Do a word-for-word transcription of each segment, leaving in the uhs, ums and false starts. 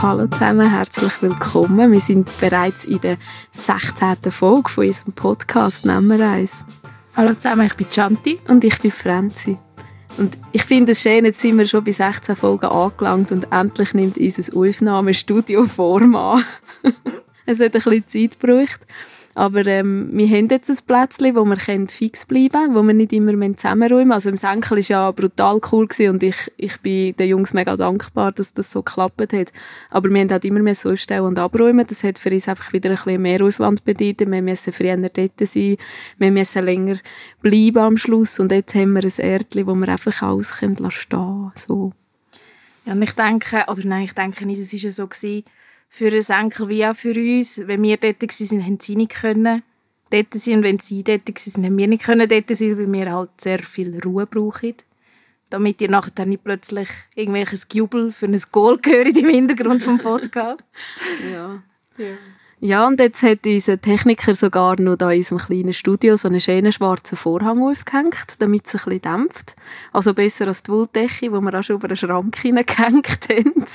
Hallo zusammen, herzlich willkommen. Wir sind bereits in der sechzehnten Folge von unserem Podcast «Nehmen wir eins». Hallo zusammen, ich bin Chanti. Und ich bin Franzi. Und ich finde es schön, jetzt sind wir schon bei sechzehn Folgen angelangt und endlich nimmt unser Aufnahmestudio Form an. Es hat ein bisschen Zeit gebraucht. Aber ähm, wir haben jetzt ein Plätzchen, wo wir fix bleiben können, wo wir nicht immer zusammenräumen müssen. Also im Senkel war ja brutal cool gewesen und ich, ich bin den Jungs mega dankbar, dass das so geklappt hat. Aber wir mussten halt immer mehr so aufstellen und abräumen. Das hat für uns einfach wieder ein bisschen mehr Aufwand bedeutet. Wir müssen früher dort sein, wir müssen länger bleiben am Schluss und jetzt haben wir ein Erdchen, wo wir einfach alles stehen können. So. Ja, und ich denke, oder nein, ich denke nicht, es war ja so gewesen, für den Senkel wie auch für uns. Wenn wir dort waren, haben sie nicht können dort sein. Und wenn sie dort waren, haben wir nicht können dort sein, weil wir halt sehr viel Ruhe brauchen. Damit ihr nachher nicht plötzlich irgendwelches Gejubel für ein Goal hört im Hintergrund vom Podcast. Ja. Ja. Ja, und jetzt hat unser Techniker sogar noch da in unserem kleinen Studio so einen schönen schwarzen Vorhang aufgehängt, damit es ein bisschen dämpft. Also besser als die Wolldecke, die wir auch schon über einen Schrank hineingehängt haben.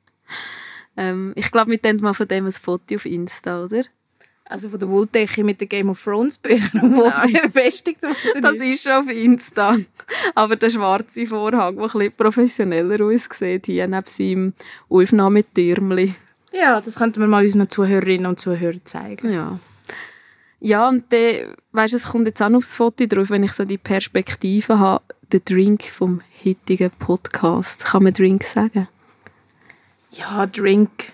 Ähm, ich glaube, wir tun mal von dem ein Foto auf Insta, oder? Also von der Wolldecke mit den Game of Thrones Büchern, die befestigt worden Das ist schon auf Insta. Aber der schwarze Vorhang, der ein bisschen professioneller aussieht, hier neben seinem Aufnahmetürmchen. Ja, das könnten wir mal unseren Zuhörerinnen und Zuhörern zeigen. Ja. Ja, und dann, weißt, es kommt jetzt auch noch aufs Foto drauf, wenn ich so die Perspektive habe, der Drink vom heutigen Podcast. Kann man Drink sagen? Ja, Drink.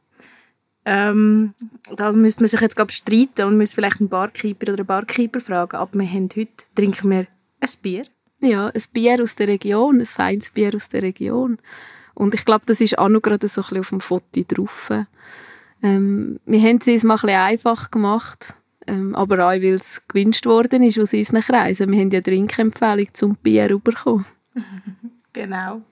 Ähm, da müsste man sich jetzt glaube streiten und müsste vielleicht einen Barkeeper oder einen Barkeeper fragen. Aber wir haben heute, trinken wir ein Bier. Ja, ein Bier aus der Region, ein feines Bier aus der Region. Und ich glaube, das ist auch noch gerade so ein bisschen auf dem Foto drauf. Ähm, wir haben es uns mal ein bisschen einfach gemacht, ähm, aber auch, weil es gewünscht worden ist aus unseren Kreisen. Wir haben ja Trinkempfehlung zum Bier bekommen. Genau.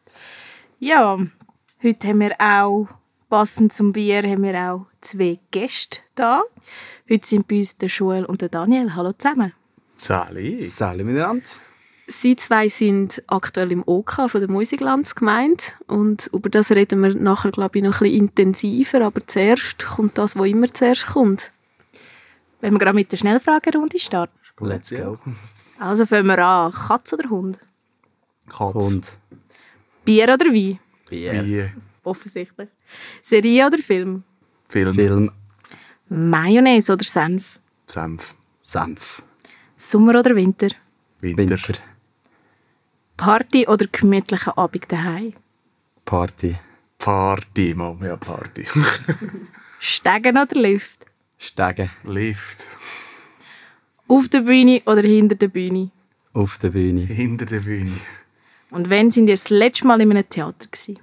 Ja, heute haben wir auch, passend zum Bier, haben wir auch zwei Gäste da. Heute sind bei uns der Joel und der Daniel. Hallo zusammen. Sali. Sali miteinander. Sie zwei sind aktuell im O K von der Musiklandsgemeinde und über das reden wir nachher, glaube ich, noch ein bisschen intensiver, aber zuerst kommt das, was immer zuerst kommt. Wenn wir gerade mit der Schnellfragerunde starten. Let's go. Also fangen wir an. Katz oder Hund? Katz. Hund. Bier oder Wein? Bier. Bier. Offensichtlich. Serie oder Film? Film. Film. Mayonnaise oder Senf? Senf. Senf. Sommer oder Winter? Winter. Winter. Party oder gemütlicher Abend daheim? Party. Party, Mom. Ja, Party. Steigen oder Lift? Steigen. Lift. Auf der Bühne oder hinter der Bühne? Auf der Bühne. Hinter der Bühne. Und wann sind ihr das letzte Mal in einem Theater gewesen?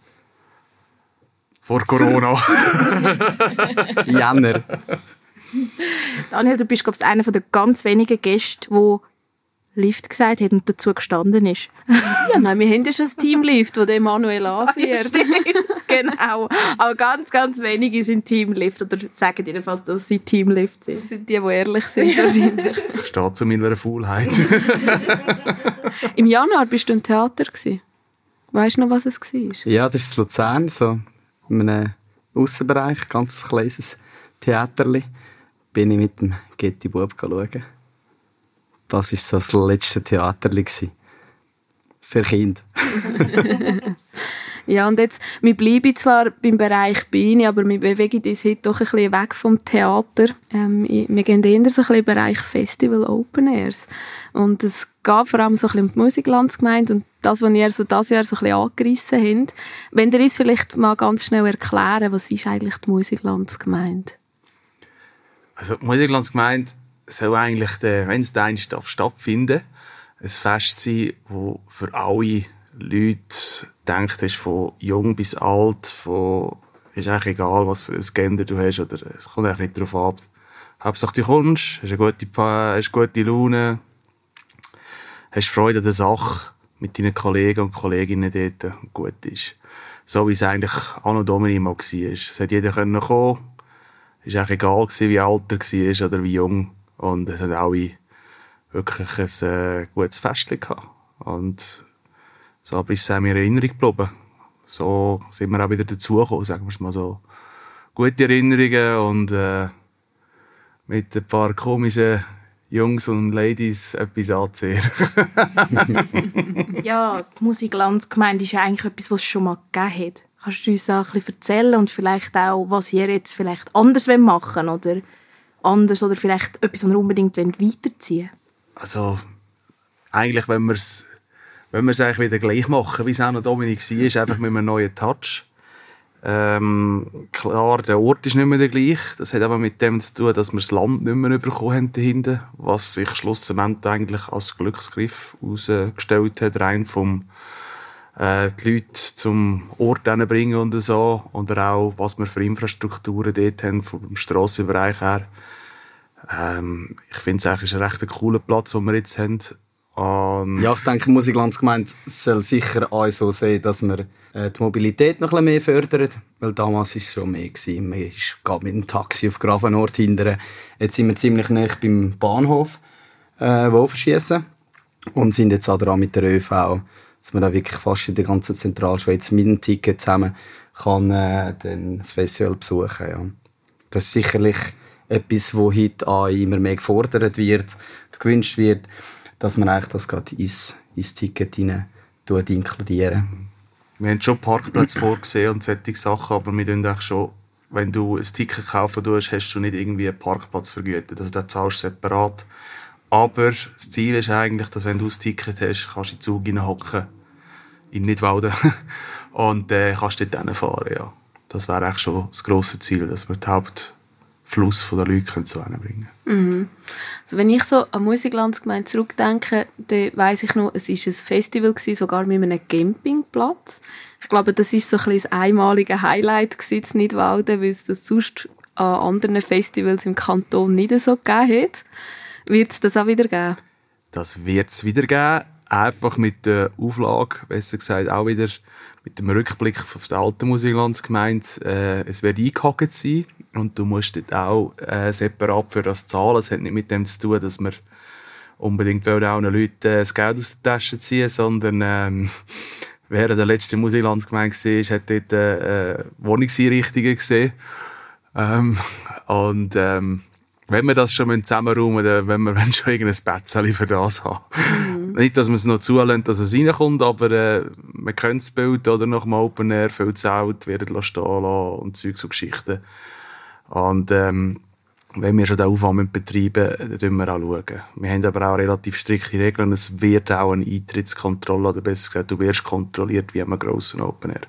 Vor Corona. Jänner. Daniel, du bist, glaube ich, einer der ganz wenigen Gäste, der Lift gesagt hat und dazu gestanden ist. Ja, nein, wir haben ja schon ein Team Lift, das Emanuel anführt. Genau. Aber ganz, ganz wenige sind Team Lift oder sagen jedenfalls, dass sie Team Lift sind. Das sind die, die ehrlich sind wahrscheinlich. Steht zu meiner Faulheit. Im Januar bist du im Theater gewesen. Weißt du noch, was es war? Ja, das ist in Luzern, so in einem Aussenbereich, ganz kleines Theaterli. Bin ich mit dem Gitti Bub schauen. Das war so das letzte Theaterli für Kinder. Ja, und jetzt, wir bleiben zwar beim Bereich Bühne, aber wir bewegen uns heute doch ein bisschen weg vom Theater. Ähm, wir gehen eher so ein bisschen im Bereich Festival Open Airs. Und es geht vor allem so ein bisschen um die Musiklandsgemeinde und das, was ihr so dieses Jahr so ein bisschen angerissen habt. Wenn ihr uns vielleicht mal ganz schnell erklären, was ist eigentlich die Musiklandsgemeinde? Also die Musiklandsgemeinde soll eigentlich, wenn es dann stattfinden darf, ein Fest sein, das für alle Leute denkt ist, von jung bis alt, von, ist eigentlich egal, was für ein Gender du hast, oder es kommt eigentlich nicht darauf ab. Hauptsache du kommst, hast eine gute, hast gute Laune, hast Freude an der Sache mit deinen Kollegen und Kolleginnen dort und gut ist. So wie es eigentlich Anno Domini mal war. Es hat jeder kommen können. Es war eigentlich egal, wie alt er war oder wie jung. Und es haben alle wirklich ein äh, gutes Fest gehabt. Und so ist es auch in Erinnerung geblieben. so sind wir auch wieder dazugekommen, sagen wir es mal so. Gute Erinnerungen und äh, mit ein paar komischen Jungs und Ladies etwas anziehen. Ja, die Musiklandsgemeinde ist ja eigentlich etwas, was es schon mal gegeben hat. Kannst du uns auch ein bisschen erzählen und vielleicht auch, was ihr jetzt vielleicht anders machen wollt oder anders oder vielleicht etwas, was ihr unbedingt weiterziehen wollt? Also eigentlich, wenn wir es wenn eigentlich wieder gleich machen, wie es auch noch Dominik war, ist einfach mit einem neuen Touch. Ähm, klar, der Ort ist nicht mehr der gleiche. Das hat aber mit dem zu tun, dass wir das Land nicht mehr bekommen haben dahinter, was sich schlussendlich eigentlich als Glücksgriff herausgestellt hat, rein vom äh, die Leute zum Ort bringen und so, und auch, was wir für Infrastrukturen dort haben, vom Strassenbereich her. Ähm, ich finde es eigentlich ein recht cooler Platz, den wir jetzt haben. Und ja, ich denke, die Musiklandsgemeinde soll sicher auch so sehen, dass wir äh, die Mobilität noch ein bisschen mehr fördern. Weil damals war es schon mehr gewesen. Man ist gerade mit dem Taxi auf Grafenort hindern. Jetzt sind wir ziemlich nah beim Bahnhof, äh, wo verschießen. Und sind jetzt auch dran mit der ÖV, dass man da wirklich fast in der ganzen Zentralschweiz mit einem Ticket zusammen kann, äh, dann das Festival besuchen. Ja. Das ist sicherlich etwas, was heute auch immer mehr gefordert wird, gewünscht wird, dass man eigentlich das gerade ins, ins Ticket hinein inkludieren. Wir haben schon Parkplätze vorgesehen und solche Sachen, aber wir tun schon, wenn du ein Ticket kaufen tust, hast du nicht irgendwie einen Parkplatz vergütet. Also da zahlst du separat. Aber das Ziel ist eigentlich, dass wenn du ein Ticket hast, kannst du in den Zug hineinhocken, in Nidwalden, und äh, kannst dort hinfahren. Ja. Das wäre eigentlich schon das grosse Ziel, dass wir den Hauptfluss der Leute zu bringen können. Mhm. Also wenn ich so an Musiklandsgemeinde zurückdenke, dann weiss ich noch, es war ein Festival, sogar mit einem Campingplatz. Ich glaube, das war so ein bisschen das einmalige Highlight in Nidwalden, weil es das sonst an anderen Festivals im Kanton nicht so gegeben hat. Wird es das auch wieder geben? Das wird es wieder geben. Einfach mit der Auflage, besser gesagt auch wieder mit dem Rückblick auf die alte Musiklandsgemeinde. Äh, es wird eingehakt sein und du musst dort auch äh, separat für das zahlen. Es hat nicht mit dem zu tun, dass wir unbedingt auch den Leuten äh, das Geld aus der Tasche ziehen, sondern ähm, wer der letzte Musiklandsgemeinde war, hat dort äh, Wohnungseinrichtungen gesehen. Ähm, und ähm, wenn wir das schon zusammenräumen müssen, dann wollen wir schon irgendein Betzeli für das haben. Mhm. Nicht, dass man es noch zulassen, dass es reinkommt, aber äh, man könnte das Bild oder nach dem Open Air viel Zelt werden stehen lassen und Zeug, so Geschichten. Und ähm, wenn wir schon den Aufwand betreiben, dann schauen wir auch. Schauen. Wir haben aber auch relativ strikte Regeln. Es wird auch eine Eintrittskontrolle, oder besser gesagt, du wirst kontrolliert wie einem grossen Open Air.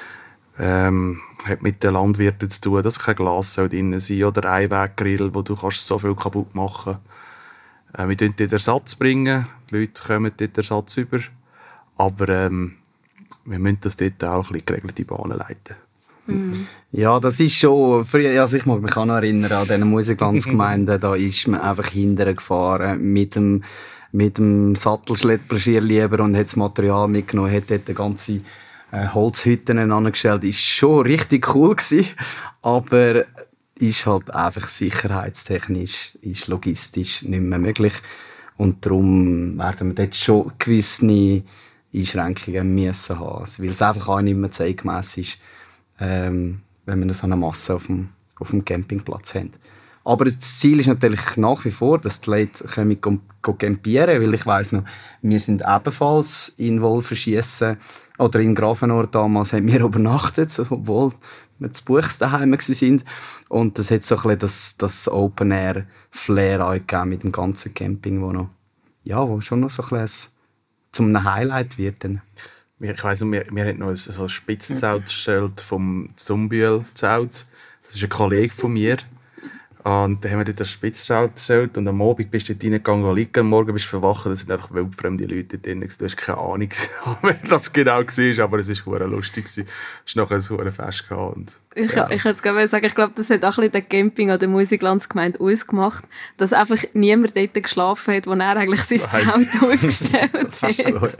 Ähm, hat mit den Landwirten zu tun, dass kein Glas drin sein oder Einweggrill, wo du kannst so viel kaputt machen kannst. Äh, wir bringen dort Ersatz, bringen. Die Leute kommen dort Ersatz über. Aber ähm, wir müssen das dort auch ein bisschen geregelte Bahnen leiten. Mhm. Ja, das ist schon... Also ich mag mich auch noch erinnern an diese Musiklandsgemeinden. Da ist man einfach hinterher gefahren mit dem, mit dem Sattelschlepper lieber und hat das Material mitgenommen, hat dort eine ganze Holzhütten angestellt. Ist schon richtig cool gewesen, aber ist halt einfach sicherheitstechnisch, ist logistisch nicht mehr möglich. Und darum werden wir dort schon gewisse Einschränkungen müssen haben, weil es einfach auch nicht mehr zeitgemäss ist, ähm, wenn wir so eine Masse auf dem, auf dem Campingplatz haben. Aber das Ziel ist natürlich nach wie vor, dass die Leute campieren können, weil ich weiss noch, wir sind ebenfalls in Wolferschiessen oder in Grafenort damals haben wir übernachtet, obwohl wir zu Buchs daheim waren. Und das hat so ein bisschen das, das Open-Air-Flair gegeben mit dem ganzen Camping, wo noch, ja, wo schon noch so ein bisschen zum Highlight wird. Dann. Ich weiss noch, wir, wir hatten noch ein, so ein Spitzzelt gestellt vom Zumbühl-Zelt. Das ist ein Kollege von mir. Und dann haben wir dort das Spitzzelt gestellt und am Abend bist du dort reingegangen und liegen. Am Morgen bist du verwacht, da sind einfach wildfremde Leute drin. Du hast keine Ahnung, wer das genau war, aber es war verdammt lustig. Du hast nachher ein verdammt Fest gehabt. Und, ich ja. ich jetzt gerade sagen, ich glaube, das hat auch ein bisschen der Camping an der Musiklandsgemeinde ausgemacht, dass einfach niemand dort geschlafen hat, wo er eigentlich sein Zelt aufgestellt hat. So,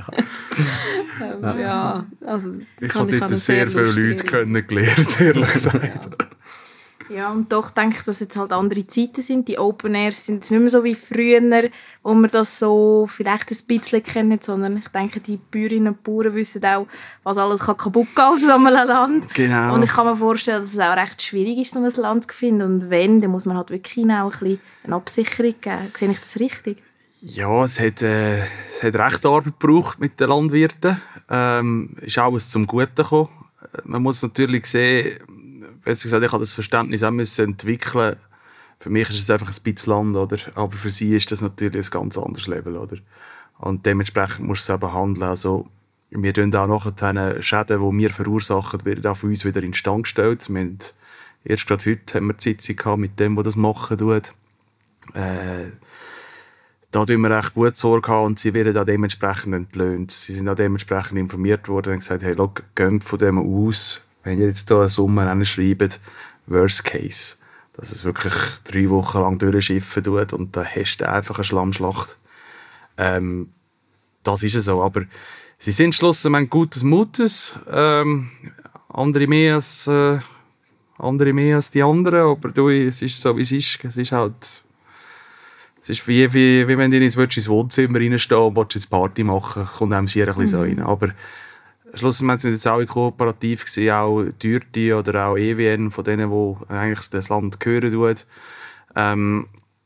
ja. ähm, ja, also, ich habe dort sehr viele Leute kennengelernt, ehrlich gesagt. Ja. Ja, und doch denke ich, dass jetzt halt andere Zeiten sind. Die Open Airs sind nicht mehr so wie früher, wo wir das so vielleicht ein bisschen kennen, sondern ich denke, die Bäuerinnen und Bauern wissen auch, was alles kann kaputt gehen auf so einem Land. Genau. Und ich kann mir vorstellen, dass es auch recht schwierig ist, so ein Land zu finden. Und wenn, dann muss man halt wirklich auch ein bisschen eine Absicherung geben. Sehe ich das richtig? Ja, es hat, äh, es hat recht Arbeit gebraucht mit den Landwirten. Ähm, ist alles zum Guten gekommen. Man muss natürlich sehen, besser gesagt, ich habe das Verständnis auch müssen entwickeln. Für mich ist es einfach ein bisschen Land, oder? Aber für sie ist das natürlich ein ganz anderes Level, oder? Und dementsprechend muss es eben handeln. Also, wir tun auch nachher die Schäden, die wir verursachen, werden auch für uns wieder in Stand gestellt. Wir haben, erst gerade heute haben wir die Sitzung gehabt mit dem, der das machen tut. Äh, da tun wir echt gut Sorge haben und sie werden auch dementsprechend entlöhnt. Sie sind auch dementsprechend informiert worden und gesagt, hey, schau, geht von dem aus, wenn ihr jetzt hier einen Sommer schreibt, Worst Case, dass es wirklich drei Wochen lang durchschiffen tut und dann hast du einfach eine Schlammschlacht. Ähm, das ist es so, aber sie sind schlussendlich gutes Mutes, ähm, andere mehr als äh, andere mehr als die anderen, aber du, es ist so, wie es ist. Es ist halt Es ist wie, wie, wie wenn du ins Wohnzimmer reinstehen und willst jetzt Party machen, kommt einem schier ein bisschen so rein. Aber schlussendlich sind jetzt alle kooperativ gewesen, auch Dürti oder auch E W N, von denen, die eigentlich das Land gehören tut. Ähm,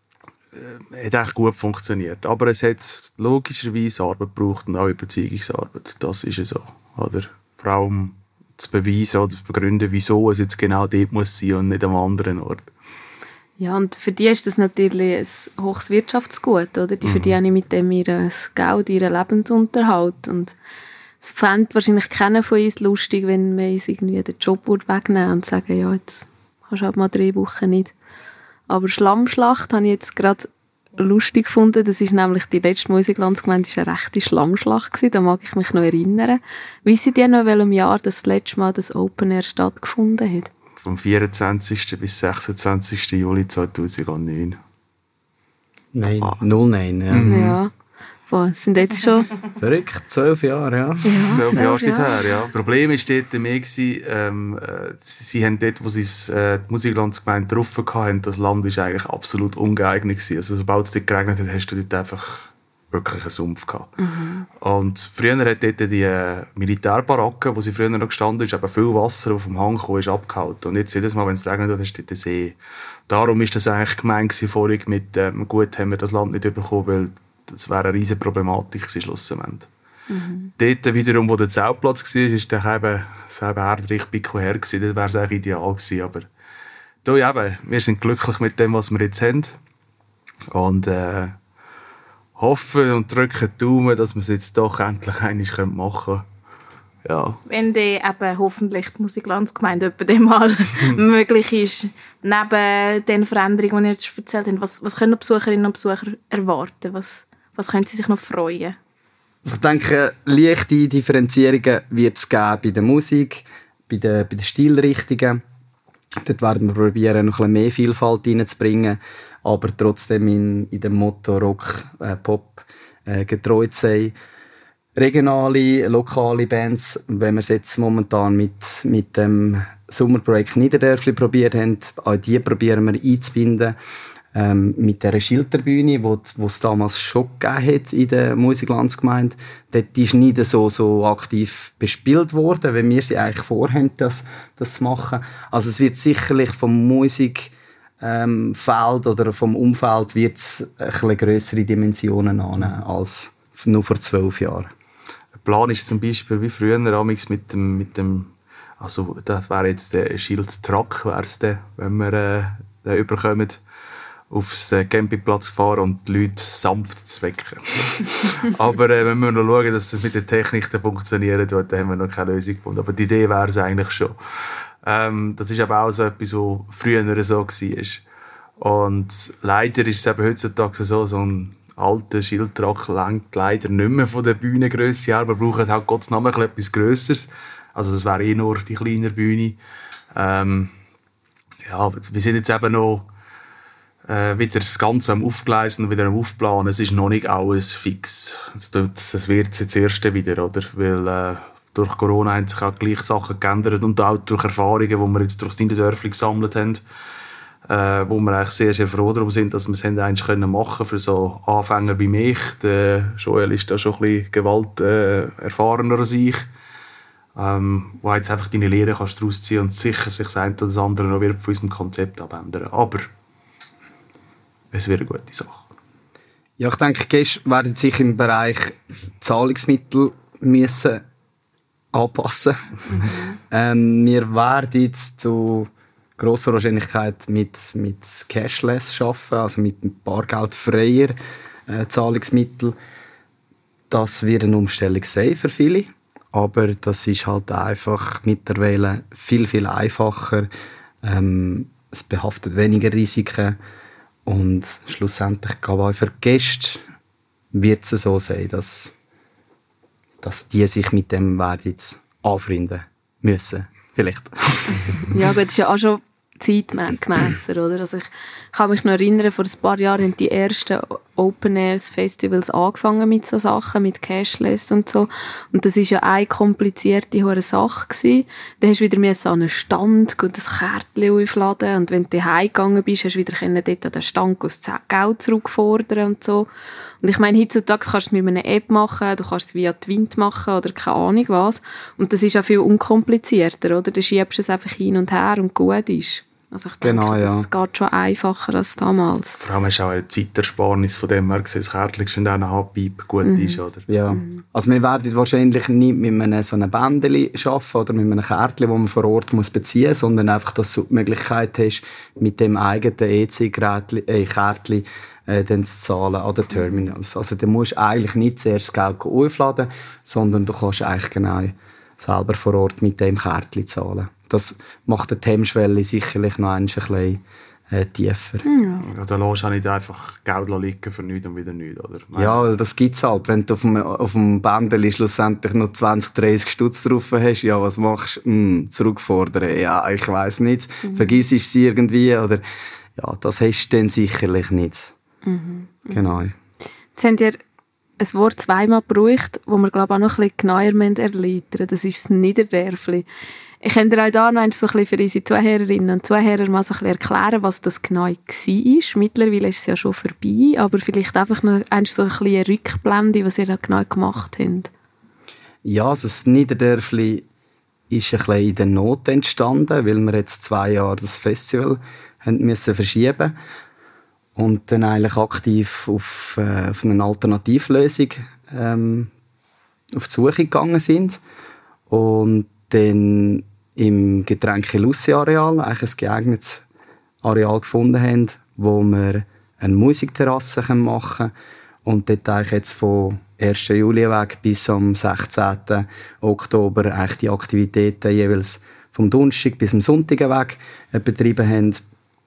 hat echt gut funktioniert. Aber es hat logischerweise Arbeit gebraucht und auch Überzeugungsarbeit. Das ist es so. Oder? Vor allem zu beweisen oder zu begründen, wieso es jetzt genau dort muss sein und nicht am anderen Ort. Ja, und für die ist das natürlich ein hohes Wirtschaftsgut, oder? Die mhm. verdienen mit dem ihr Geld, ihren Lebensunterhalt. Und es fände wahrscheinlich keiner von uns lustig, wenn wir uns irgendwie den Job wegnehmen und sagen, ja, jetzt hast du halt mal drei Wochen nicht. Aber Schlammschlacht habe ich jetzt gerade lustig gefunden. Das ist nämlich die letzte Musiklandsgemeinde, das war eine rechte Schlammschlacht gewesen. Da mag ich mich noch erinnern. Wissen die noch, in welchem Jahr das letzte Mal das Open Air stattgefunden hat? Vom vierundzwanzigsten bis sechsundzwanzigsten Juli zweitausendneun. Nein, ah. null neun, ja. Mhm. Ja, boah, sind jetzt schon... Verrückt, zwölf Jahre, ja. Ja, zwölf Jahre Jahre. seither, ja. Das Problem war dort mehr, gewesen, ähm, äh, sie haben dort, wo sie äh, die Musiklandsgemeinde getroffen hatten, das Land war eigentlich absolut ungeeignet gewesen. Also sobald es dort geregnet hat, hast du dort einfach wirklich einen Sumpf gehabt. Mhm. Und früher hat dort die äh, Militärbaracke, wo sie früher noch gestanden ist, eben viel Wasser, das vom Hang kam, ist abgehalten. Und jetzt jedes Mal, wenn es regnet hat, hast du dort den See. Darum war das eigentlich gemeint vorhin mit, ähm, gut, haben wir das Land nicht bekommen, weil das wäre eine riesige Problematik gewesen, schlussendlich. Mhm. Dort wiederum, wo der Zeltplatz war, ist dann eben das Erdreich Pico her gewesen, das wäre es eigentlich ideal gewesen. Aber da, eben, wir sind glücklich mit dem, was wir jetzt haben. Und äh, hoffen und drücken die Daumen, dass wir es jetzt doch endlich einmal machen können. Ja. Wenn dann eben hoffentlich die Musiklandsgemeinde etwa mal möglich ist, neben den Veränderungen, die ihr jetzt erzählt habt, was, was können die Besucherinnen und Besucher erwarten? Was, was können sie sich noch freuen? Ich denke, leichte Differenzierungen wird es geben bei der Musik, bei den, bei den Stilrichtungen. Dort werden wir probieren, noch ein bisschen mehr Vielfalt reinzubringen, aber trotzdem in, in dem Motto Rock, äh, Pop äh, getreu zu sein. Regionale, lokale Bands, wenn wir es jetzt momentan mit, mit dem Sommerprojekt Niederdörfli probiert haben, auch die probieren wir einzubinden. Ähm, mit dieser Schilderbühne, die es damals schon gegeben hat in der Musiklandsgemeinde. Dort ist nicht so, so aktiv bespielt worden, weil wir sie eigentlich vorhaben, das, das zu machen. Also es wird sicherlich vom Musikfeld ähm, oder vom Umfeld wird's ein bisschen grössere Dimensionen annehmen als nur vor zwölf Jahren. Der Plan ist zum Beispiel wie früher mit dem, mit dem also das wäre jetzt der Schildtruck, wäre es der, wenn wir äh, den überkommen, aufs Campingplatz fahren und die Leute sanft zu wecken. Aber äh, wenn wir noch schauen, dass das mit der Technik dann funktioniert, dann haben wir noch keine Lösung gefunden. Aber die Idee wäre es eigentlich schon. Ähm, das ist aber auch so etwas, was früher so war. Und leider ist es eben heutzutage so, so ein alter Schildtruck lenkt leider nicht mehr von der Bühnengrösse her. Wir brauchen halt Gottes Namen etwas Grösseres. Also das wäre eh nur die kleine Bühne. Ähm, ja, wir sind jetzt eben noch Äh, wieder das Ganze am Aufgleisen und wieder am Aufplanen. Es ist noch nicht alles fix. Das, das wird jetzt das erste wieder, oder? Weil äh, durch Corona haben sich auch gleich Sachen geändert und auch durch Erfahrungen, die wir jetzt durch das Dörfli gesammelt haben, äh, wo wir eigentlich sehr, sehr froh darum sind, dass wir es eigentlich können machen für so Anfänger wie mich. Der Joel ist da schon ein bisschen Gewalt äh, erfahrener als ich, ähm, wo jetzt einfach deine Lehre kannst daraus ziehen und sicher sich das eine oder das andere noch wird von unserem Konzept abändern. Aber es wird eine gute Sache. Ja, ich denke, Gäste werden sich im Bereich Zahlungsmittel müssen anpassen. Mhm. Ähm, wir werden jetzt zu grosser Wahrscheinlichkeit mit, mit Cashless arbeiten, also mit bargeldfreier äh, Zahlungsmittel. Das wird eine Umstellung sein für viele, aber das ist halt einfach mittlerweile viel, viel einfacher. Ähm, es behaftet weniger Risiken und schlussendlich auch für die Gäste wird es so sein, dass, dass die sich mit dem werden jetzt anfreunden müssen. Vielleicht. Ja, gut, das ist ja auch schon zeitgemässer, oder? Also ich kann mich noch erinnern, vor ein paar Jahren haben die ersten Open-Airs-Festivals angefangen mit so Sachen, mit Cashless und so. Und das war ja eine komplizierte hohe Sache gewesen. Dann hast du wieder an einen Stand, ein Kärtchen aufladen und wenn du heimgegangen bist, hast du wieder dort an den Stand das Geld zurückfordern und so. Und ich meine, heutzutage kannst du es mit einer App machen, du kannst es via Twint machen oder keine Ahnung was. Und das ist auch viel unkomplizierter, oder? Du schiebst es einfach hin und her und gut ist. Also ich denke, genau, ja. Das geht schon einfacher als damals. Vor allem hast du auch eine Zeitersparnis von dem her gesehen, das Kärtchen schon auch Handpipe gut mhm. ist, oder? Ja, mhm. Also wir werden wahrscheinlich nicht mit einem so einem Bändeli arbeiten oder mit einem Kärtchen, das man vor Ort muss beziehen muss, sondern einfach, dass du die Möglichkeit hast, mit dem eigenen E C-Kärtchen äh, äh, dann zu zahlen an den Terminals. Also du musst eigentlich nicht zuerst das Geld aufladen, sondern du kannst eigentlich genau selber vor Ort mit dem Kärtchen zahlen. Das macht die Hemmschwelle sicherlich noch ein bisschen äh, tiefer. Ja. Ja, da lässt du auch nicht einfach Geld liegen für nichts und wieder nichts, oder? Ja, das gibt es halt. Wenn du auf dem, auf dem Bändeli schlussendlich noch zwanzig, dreißig Stutz drauf hast, ja, was machst du? Hm, zurückfordern? Ja, ich weiss nicht. Mhm. Vergiss es irgendwie, oder? Ja, das hast du dann sicherlich nicht. Mhm. Genau. Jetzt habt ihr ein Wort zweimal gebraucht, das wir, glaube ich, auch noch ein bisschen genauer erläutern. Das ist das Niederdörfli. Ich kann dir auch da noch so ein bisschen für unsere Zuhörerinnen und Zuhörer mal so ein bisschen erklären, was das genau war. Mittlerweile ist es ja schon vorbei, aber vielleicht einfach noch so ein bisschen eine Rückblende, was ihr da genau gemacht habt. Ja, also das Niederdörfli ist ein bisschen in der Not entstanden, weil wir jetzt zwei Jahre das Festival haben müssen verschieben und dann eigentlich aktiv auf, äh, auf eine Alternativlösung ähm, auf die Suche gegangen sind und dann im Getränke-Lucy-Areal eigentlich ein geeignetes Areal gefunden haben, wo wir eine Musikterrasse machen können und dort eigentlich jetzt von ersten Juli weg bis am sechzehnten Oktober eigentlich die Aktivitäten jeweils vom Donnerstag bis am Sonntag weg betrieben haben.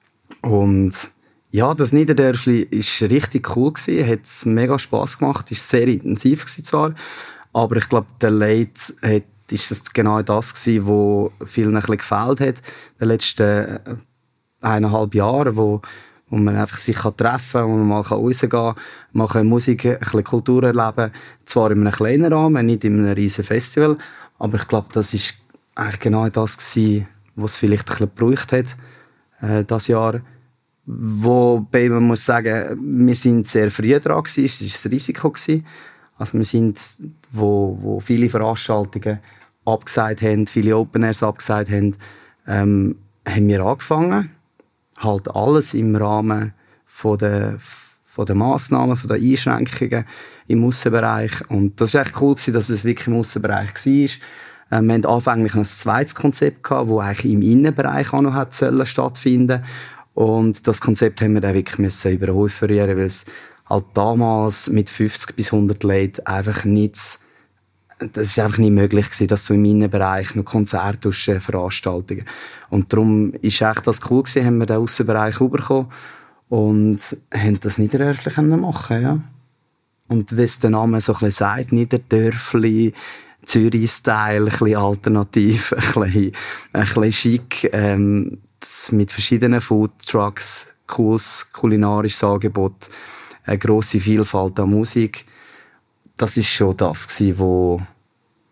Und ja, das Niederdörfli war richtig cool gewesen, hat mega Spass gemacht, ist sehr intensiv gewesen zwar, aber ich glaube, der Late hat ist das genau das gewesen, was vielen ein bisschen gefehlt hat, in den letzten eineinhalb Jahren, wo, wo man einfach sich treffen kann, wo man mal rausgehen kann, man kann Musik, ein bisschen Kultur erleben, zwar in einem kleinen Rahmen, nicht in einem riesen Festival, aber ich glaube, das ist eigentlich genau das gewesen, was es vielleicht ein bisschen gebraucht hat, äh, das Jahr. Wobei man muss sagen, wir sind sehr früh dran gewesen, es war ein Risiko gewesen. Also wir sind, wo, wo viele Veranstaltungen abgesagt haben, viele Open Airs abgesagt haben, ähm, haben wir angefangen. Halt alles im Rahmen von der, von der Massnahmen, von der Einschränkungen im Aussenbereich. Und das war echt cool, dass es wirklich im Aussenbereich war. Ähm, wir hatten anfänglich noch ein zweites Konzept gehabt, das eigentlich im Innenbereich auch noch hat sollen stattfinden. Und das Konzept haben wir dann wirklich müssen überholen, weil es halt damals mit fünfzig bis hundert Leuten einfach nichts, das ist einfach nicht möglich gewesen, dass du im Innenbereich noch Konzerte hast, äh, Veranstaltungen. Und darum ist echt das cool gewesen, haben wir den Aussenbereich bekommen und haben das niederdörflich machen, ja. Und wie es der Name so ein bisschen sagt, Niederdörfli, Zürich-Style, ein bisschen alternativ, ein bisschen, ein bisschen schick, ähm, mit verschiedenen Foodtrucks, cooles kulinarisches Angebot, eine grosse Vielfalt an Musik. Das ist schon das gewesen, wo,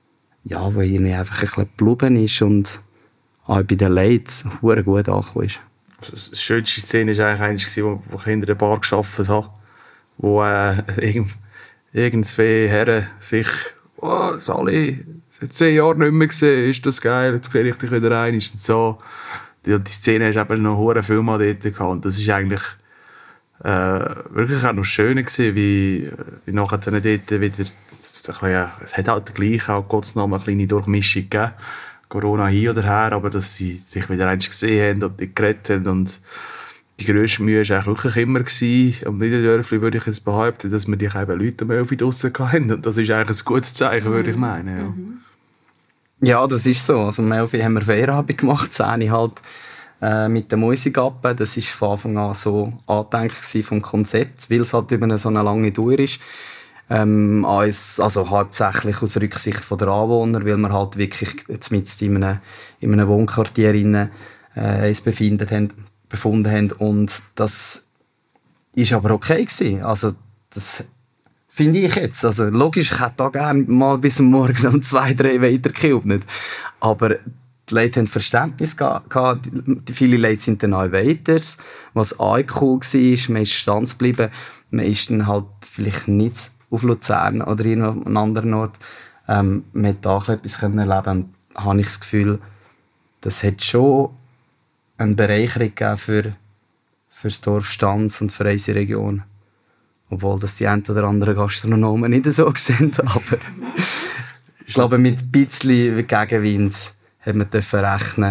ja, wo irgendwie einfach ein bisschen geblieben ist und auch bei den Leuten verdammt gut angekommen ist. Die schönste Szene war eigentlich, wo, wo ich hinter der Bar gearbeitet habe, wo äh, irgend, irgend zwei Herren sich «Oh, Sali, seit zwei Jahren nicht mehr gesehen, ist das geil, jetzt sehe ich dich wieder rein». Und so. Die, die Szene hast eben noch einen Film dort gehabt. Und das ist eigentlich äh, wirklich auch noch schöner gewesen, wie, wie nachher dann dort wieder, bisschen, es hat halt gleich auch Gottes Namen eine kleine Durchmischung gegeben. Corona hin oder her, aber dass sie sich wieder eins gesehen haben und geredet haben. Und die grösste Mühe war eigentlich wirklich immer gewesen, und nicht in Dörfli würde ich jetzt behaupten, dass wir die eben Leute am Elfi draussen hatten. Und das ist eigentlich ein gutes Zeichen, würde ich meinen. Ja, Mhm. ja, das ist so. Also am Elfi haben wir Feierabend gemacht, zehn halt äh, mit der Musik ab. Das war von Anfang an so angedenkt vom Konzept, weil es halt über so eine lange Dauer ist. Ähm, als, also hauptsächlich aus Rücksicht der Anwohner, weil wir halt wirklich jetzt mit in einem, in einem Wohnquartier rein, äh, uns befinden haben, befunden haben. Und das ist aber okay gewesen. Also das finde ich jetzt. Also logisch, ich hätte da gerne mal bis am Morgen um zwei, drei weitergekillt. Aber die Leute haben Verständnis gehabt. Die, viele Leute sind dann auch weiter. Was auch cool war, man ist stand geblieben. Man ist dann halt vielleicht nicht auf Luzern oder in einem anderen Ort. Ähm, man hat da etwas erleben. Und habe ich das Gefühl, das hat schon eine Bereicherung gegeben für, für das Dorf Stanz und für unsere Region. Obwohl das die ein oder anderen Gastronomen nicht so sehen. Aber ich glaube, mit ein bisschen Gegenwind hat man rechnen.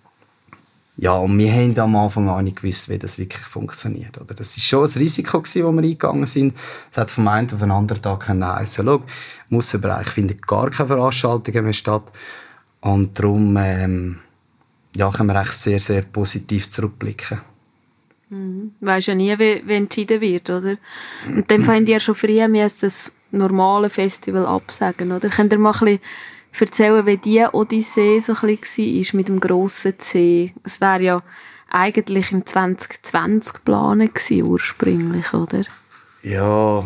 Ja, und wir haben am Anfang auch nicht gewusst, wie das wirklich funktioniert. Oder? Das war schon ein Risiko, das wir eingegangen sind. Es hat vom einen auf den anderen Tag heissen, schau, im Aussenbereich findet gar keine Veranstaltungen mehr statt. Und darum ähm, ja, können wir echt sehr, sehr positiv zurückblicken. Mhm. Weisst ja nie, wie, wie entschieden wird, oder? Und dann fand ich ja schon früher, wir müssen das normale Festival absagen, oder? Könnt ihr mal ein bisschen erzählen, wie die Odyssee so ein bisschen war mit dem grossen C? Es wäre ja eigentlich im zwanzig zwanzig geplant gewesen, ursprünglich, oder? Ja,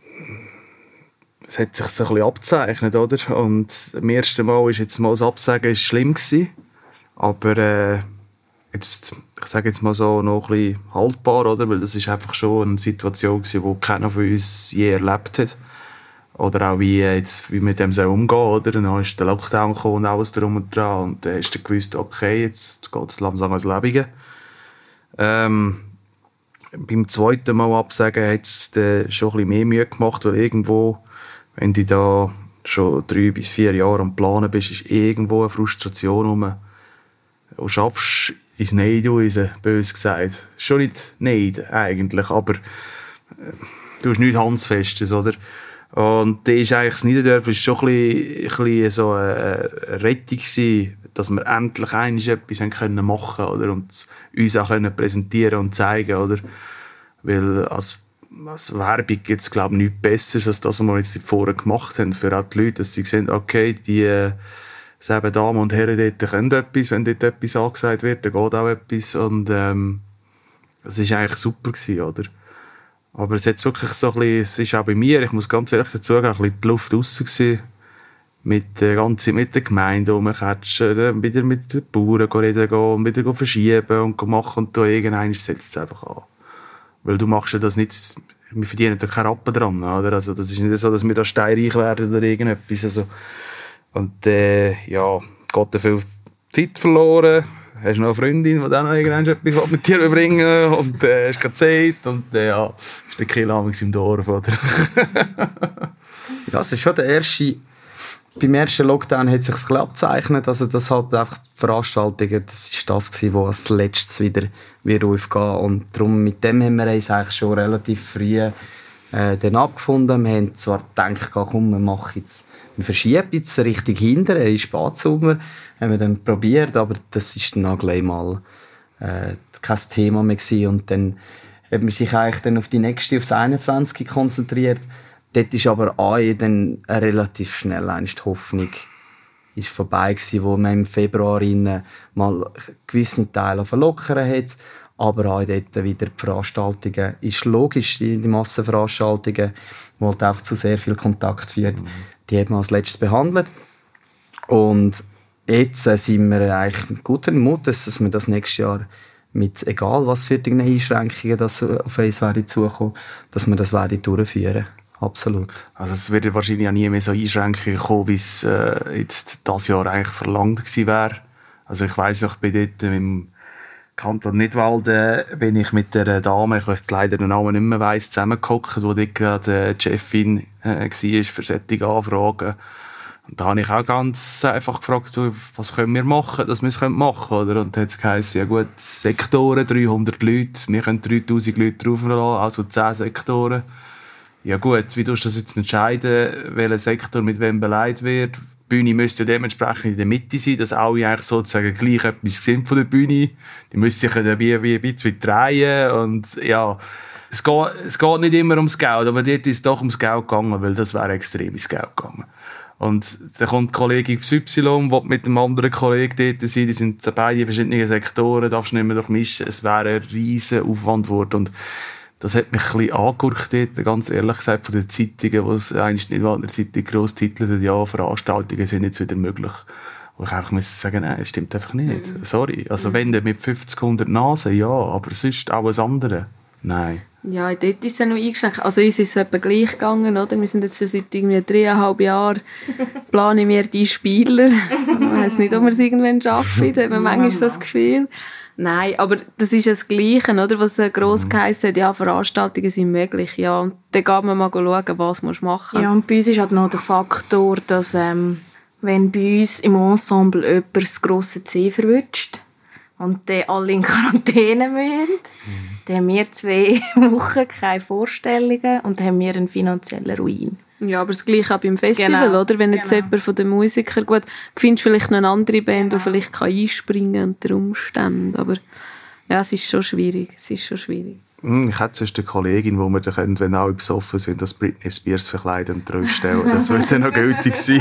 es hat sich so ein bisschen abgezeichnet, oder? Und das erste Mal ist jetzt mal das Absagen ist schlimm gewesen, aber äh, jetzt, ich sage jetzt mal so, noch ein bisschen haltbar, oder? Weil das ist einfach schon eine Situation gewesen, die keiner von uns je erlebt hat. Oder auch wie, jetzt, wie mit dem so umgehen, oder? Dann ist der Lockdown gekommen und alles drum und dran. Und dann hast du gewusst, okay, jetzt geht es langsam ans Lebige. Ähm, beim zweiten Mal absagen hat es schon ein bisschen mehr Mühe gemacht, weil irgendwo, wenn du da schon drei bis vier Jahre am Planen bist, ist irgendwo eine Frustration rum. Du schaffst ins Nein, unsere, bös gesagt. Schon nicht Nein, eigentlich, aber äh, du hast nichts Handfestes, oder? Und da ist eigentlich das Niederdörfli schon ein bisschen, ein bisschen so eine Rettung gewesen, dass wir endlich einmal etwas machen können oder? Und uns auch können präsentieren und zeigen, oder? Weil als, als Werbung gibt es, glaube ich, nichts Besseres als das, was wir jetzt vorher gemacht haben, für auch die Leute, dass sie sehen, okay, die äh, sieben Damen und Herren dort können etwas, wenn dort etwas angesagt wird, dann geht auch etwas und ähm, das war eigentlich super gewesen, oder? Aber es hat wirklich so ein bisschen, es ist auch bei mir, ich muss ganz ehrlich dazu sagen, ein bisschen die Luft draussen gewesen, mit der ganzen, mit der Gemeinde rumkatschen, wieder mit den Bauern reden gehen und wieder verschieben und machen und da irgendwann setzt es einfach an. Weil du machst ja das nicht, wir verdienen da keinen Rappen dran, oder? Also das ist nicht so, dass wir da steinreich werden oder irgendetwas, also. Und, äh, ja, geht da viel Zeit verloren. Hast noch eine Freundin, die dann noch etwas mit dir bringen und äh, hast keine Zeit und äh, ja, ist der Kill im Dorf, oder? Ja, es ist schon der erste, beim ersten Lockdown hat es sich ein abgezeichnet, also das halt einfach die Veranstaltungen, das ist das gewesen, wo als letztes wieder, wieder aufgehen und darum, mit dem haben wir uns eigentlich schon relativ früh äh, dann abgefunden. Wir haben zwar gedacht, komm, wir machen jetzt, wir verschieben jetzt richtig hinter, in Spatsummer, haben wir dann probiert, aber das ist dann auch gleich mal äh, kein Thema mehr gewesen. Und dann hat man sich eigentlich dann auf die nächste, auf das einundzwanzig konzentriert. Dort ist aber auch dann relativ schnell die Hoffnung ist vorbei gewesen, wo man im Februar mal einen gewissen Teil verlockern hat, aber auch dort wieder die Veranstaltungen, ist logisch, die Massenveranstaltungen, die halt einfach zu sehr viel Kontakt führen, mhm. die hat man als letztes behandelt. Und jetzt äh, sind wir eigentlich mit gutem Mut, dass wir das nächstes Jahr mit, egal was für die Einschränkungen das auf uns werden zukommen, dass wir das werden durchführen. Absolut. Also es wird wahrscheinlich auch nie mehr so Einschränkungen kommen, wie es äh, jetzt dieses Jahr eigentlich verlangt gewesen wäre. Also ich weiss noch, bei dort im Kanton Nidwalden bin ich mit der Dame, ich jetzt leider den Namen nicht mehr weiss, zusammengehockt, wo dort gerade die Chefin äh, war für solche Anfragen. Und da habe ich auch ganz einfach gefragt, was können wir machen, dass wir es machen können, oder? Und dann hat es geheißen, ja gut, Sektoren, dreihundert Leute, wir können dreitausend Leute drauflassen, also zehn Sektoren. Ja gut, wie tust du das jetzt entscheiden, welcher Sektor mit wem beleidigt wird? Die Bühne müsste ja dementsprechend in der Mitte sein, dass alle eigentlich sozusagen gleich etwas sind von der Bühne. Die müssen sich dann wie, wie ein bisschen drehen und ja, es geht, es geht nicht immer ums Geld, aber dort ist es doch ums Geld gegangen, weil das wäre extrem ins Geld gegangen. Und dann kommt die Kollegin X Y, die mit einem anderen Kollegen dort sind, die sind beide in verschiedenen Sektoren, darfst du nicht mehr durchmischen. Es wäre ein riesen Aufwand geworden. Und das hat mich ein bisschen angehört dort, ganz ehrlich gesagt, von den Zeitungen, wo es eigentlich nicht in der Zeitung gross titelt, ja, Veranstaltungen sind jetzt wieder möglich. Wo ich einfach muss sagen, nein, das stimmt einfach nicht. Mhm. Sorry. Also mhm. wenn du mit fünfzig, hundert Nasen, ja, aber sonst auch was anderes. Nein. Ja, dort ist es ja noch eingeschränkt. Also uns ist es etwa gleich gegangen, oder? Wir sind jetzt schon seit irgendwie dreieinhalb Jahren planen wir die Spieler. Ich weiss nicht, ob wir es irgendwann schaffen, da hat man manchmal so das Gefühl. Nein, aber das ist das Gleiche, oder? Was gross geheißen hat, ja, Veranstaltungen sind möglich, ja. Und dann geht man mal schauen, was man machen muss. Ja, und bei uns ist halt noch der Faktor, dass ähm, wenn bei uns im Ensemble jemand das grosse C verwünscht und dann alle in Quarantäne müssen, mhm. dann haben wir zwei Wochen keine Vorstellungen und dann haben wir einen finanziellen Ruin. Ja, aber das Gleiche auch beim Festival, Genau. oder? Wenn jetzt Genau. jemand von den Musikern, gut, du findest vielleicht noch eine andere Band, die vielleicht kann einspringen unter Umständen, aber ja, es ist schon schwierig, es ist schon schwierig. Ich hätte sonst eine Kollegin, wo wir dann können, wenn alle besoffen sind, das Britney Spears verkleiden und draufstellen. Das würde dann noch gültig sein.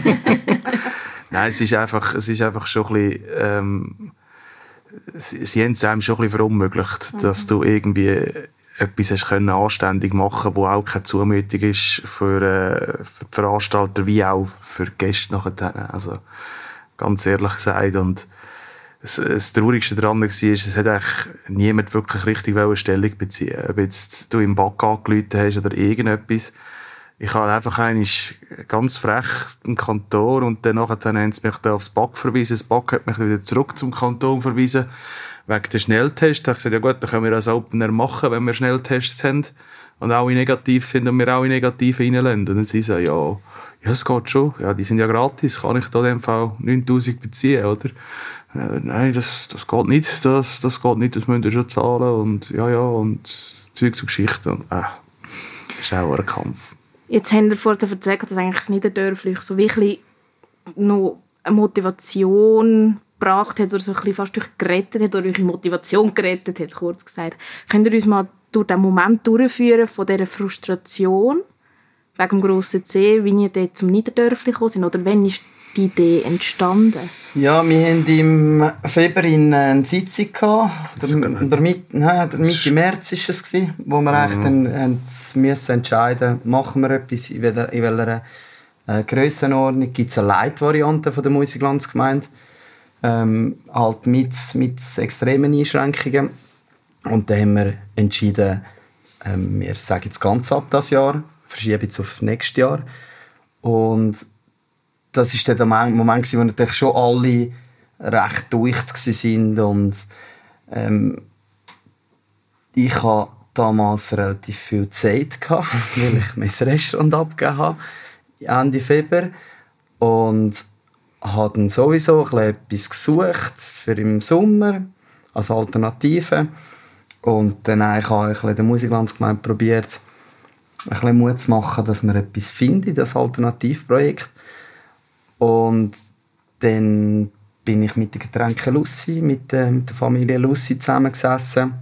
Nein, es ist einfach, es ist einfach schon ein bisschen, ähm, sie, sie haben es einem schon ein bisschen verunmöglicht, mhm. dass du irgendwie etwas hast können anständig machen, wo auch keine Zumutung ist für, äh, für die Veranstalter wie auch für die Gäste nachher. Also ganz ehrlich gesagt. Und das, das Traurigste daran war, es hat eigentlich niemand wirklich richtig Stellung beziehen. Ob jetzt du im Back angerufen hast oder irgendetwas. Ich habe einfach eigentlich ganz frech im Kanton und dann haben sie mich da aufs Back verwiesen. Das Back hat mich wieder zurück zum Kanton verwiesen. Wegen der Schnelltests. Da habe ich gesagt, ja gut, dann können wir das Open Air machen, wenn wir Schnelltests haben und alle negativ sind und wir alle negativ reinlassen. Und dann sie so, ja, ja, es geht schon. Ja, die sind ja gratis. Kann ich da in dem Fall neuntausend beziehen, oder? Äh, nein, das, das geht nicht. Das, das geht nicht. Das müsst ihr schon zahlen. Und ja, ja, und Zeug zu Geschichten. Und, äh, das ist auch ein Kampf. Jetzt haben wir vorhin erzählt, dass eigentlich das Niederdörfli so wirklich noch eine Motivation gebracht hat oder so ein bisschen fast durch gerettet hat oder eure Motivation gerettet hat, kurz gesagt. Könnt ihr uns mal durch den Moment durchführen von dieser Frustration wegen dem grossen C, wie ihr dort zum Niederdörfli gekommen sind oder wann ist die Idee entstanden? Ja, wir hatten im Februar eine Sitzung gehabt. Der, der Mitte, nein, der Mitte März war es, wo wir eigentlich dann, dann müssen entscheiden, machen wir etwas, in welcher, in welcher äh, Grössenordnung. Gibt es eine Leitvariante von der Musiklandsgemeinde, ähm, halt mit, mit extremen Einschränkungen. Und dann haben wir entschieden, ähm, wir sagen jetzt ganz ab das Jahr, verschieben jetzt auf nächstes Jahr. Und das war der Moment, wo natürlich schon alle recht durch waren. Und ähm, ich hatte damals relativ viel Zeit, weil ich mein Restaurant abgegeben habe, Ende Februar. Und habe dann sowieso etwas gesucht für im Sommer als Alternative. Und dann habe ich in der Musiklandsgemeinde probiert, ein bisschen Mut zu machen, dass wir etwas finden, das Alternativprojekt. Und dann bin ich mit der Getränke Lucy, mit, äh, mit der Familie Lucy zusammengesessen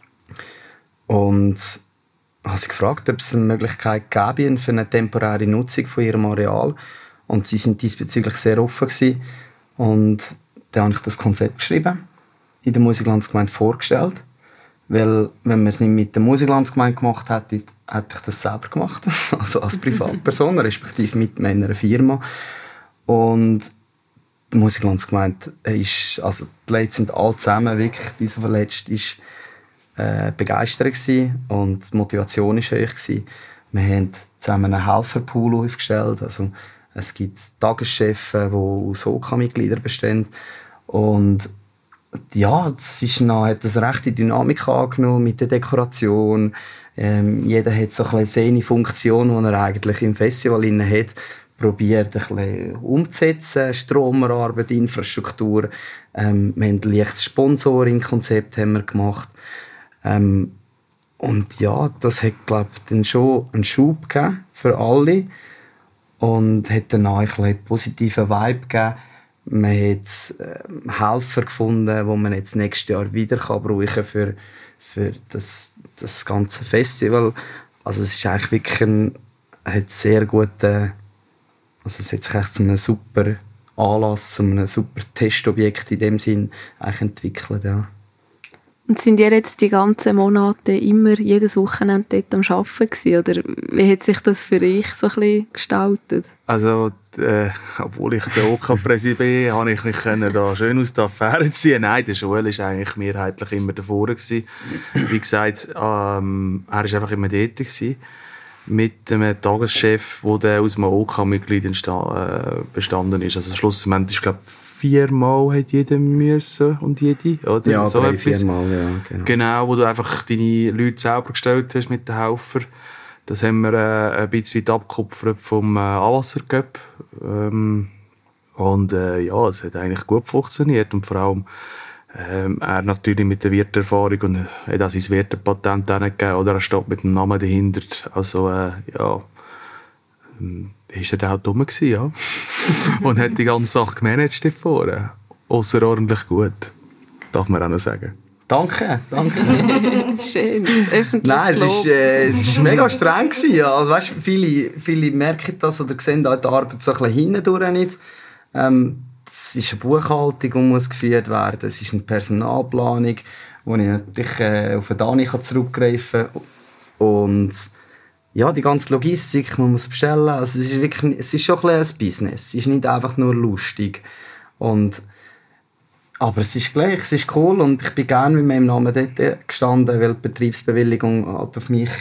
und habe sie gefragt, ob es eine Möglichkeit gäbe für eine temporäre Nutzung von ihrem Areal. Und sie sind diesbezüglich sehr offen gewesen. Und dann habe ich das Konzept geschrieben, in der Musiklandsgemeinde vorgestellt. Weil, wenn man es nicht mit der Musiklandsgemeinde gemacht hätte, hätte ich das selber gemacht. Also als Privatperson, respektive mit meiner Firma. Und die Musiklandsgemeinde ist, also die Leute sind alle zusammen, wirklich bis auf den Letzten, ist äh, begeistert gewesen und die Motivation war hoch gewesen. Wir haben zusammen einen Helferpool aufgestellt, also es gibt Tageschefs, die aus O K-Mitgliedern bestehen und ja, es ist noch, hat eine rechte Dynamik angenommen mit der Dekoration. Ähm, jeder hat so eine seine Funktion, die er eigentlich im Festival hat, probiert ein bisschen umzusetzen. Stromarbeit, Infrastruktur. Ähm, wir haben ein leichtes Sponsoring-Konzept haben wir gemacht. Ähm, und ja, das hat, glaube ich, dann schon einen Schub gegeben für alle und hat dann auch ein bisschen einen positiven Vibe gegeben. Man hat äh, Helfer gefunden, die man jetzt nächstes Jahr wieder kann brauchen kann für, für das, das ganze Festival. Also es ist eigentlich wirklich ein, hat sehr gute, also es hat sich echt zu einem super Anlass, zu einem super Testobjekt in dem Sinn eigentlich entwickelt, ja. Und sind ihr jetzt die ganzen Monate immer jedes Wochenende dort am Arbeiten gewesen, oder wie hat sich das für euch so ein bisschen gestaltet? Also, äh, obwohl ich der O K-Präsident bin, konnte ich mich da schön aus der Affäre ziehen. Nein, der Schule war eigentlich mehrheitlich immer davor gewesen. Wie gesagt, ähm, er war einfach immer dort gewesen, mit einem Tageschef, der aus einem O K-Mitglied äh, bestanden ist. Also schlussendlich ist, glaube ich, viermal hat jeder müssen und jede, oder? Ja, so drei, etwas. viermal, ja, genau. Genau, wo du einfach deine Leute selber gestellt hast mit den Helfern. Das haben wir äh, ein bisschen weit abgekupfert vom äh, Anwassercup. Ähm, und äh, ja, es hat eigentlich gut funktioniert. Und vor allem ähm, er natürlich mit der Wirterfahrung und hat auch sein Wirtepatent gegeben, oder er steht mit dem Namen dahinter. Also äh, ja, ähm, ist er auch dumm gewesen, ja. Und hat die ganze Sache gemanagt davor. Ausserordentlich gut, darf man auch noch sagen. Danke, danke. Schön, öffentlich. Nein, es ist, äh, es ist mega streng gewesen. Also, weißt, viele, viele merken das oder sehen auch die Arbeit so ein bisschen hindurch nicht. Ähm, es ist eine Buchhaltung, die muss geführt werden. Es ist eine Personalplanung, wo ich natürlich äh, auf den Dani zurückgreifen kann. Und ja, die ganze Logistik, man muss bestellen. Also, es ist wirklich, es ist schon ein bisschen ein Business. Es ist nicht einfach nur lustig. Und aber es ist gleich, es ist cool und ich bin gerne mit meinem Namen dort gestanden, weil die Betriebsbewilligung halt auf mich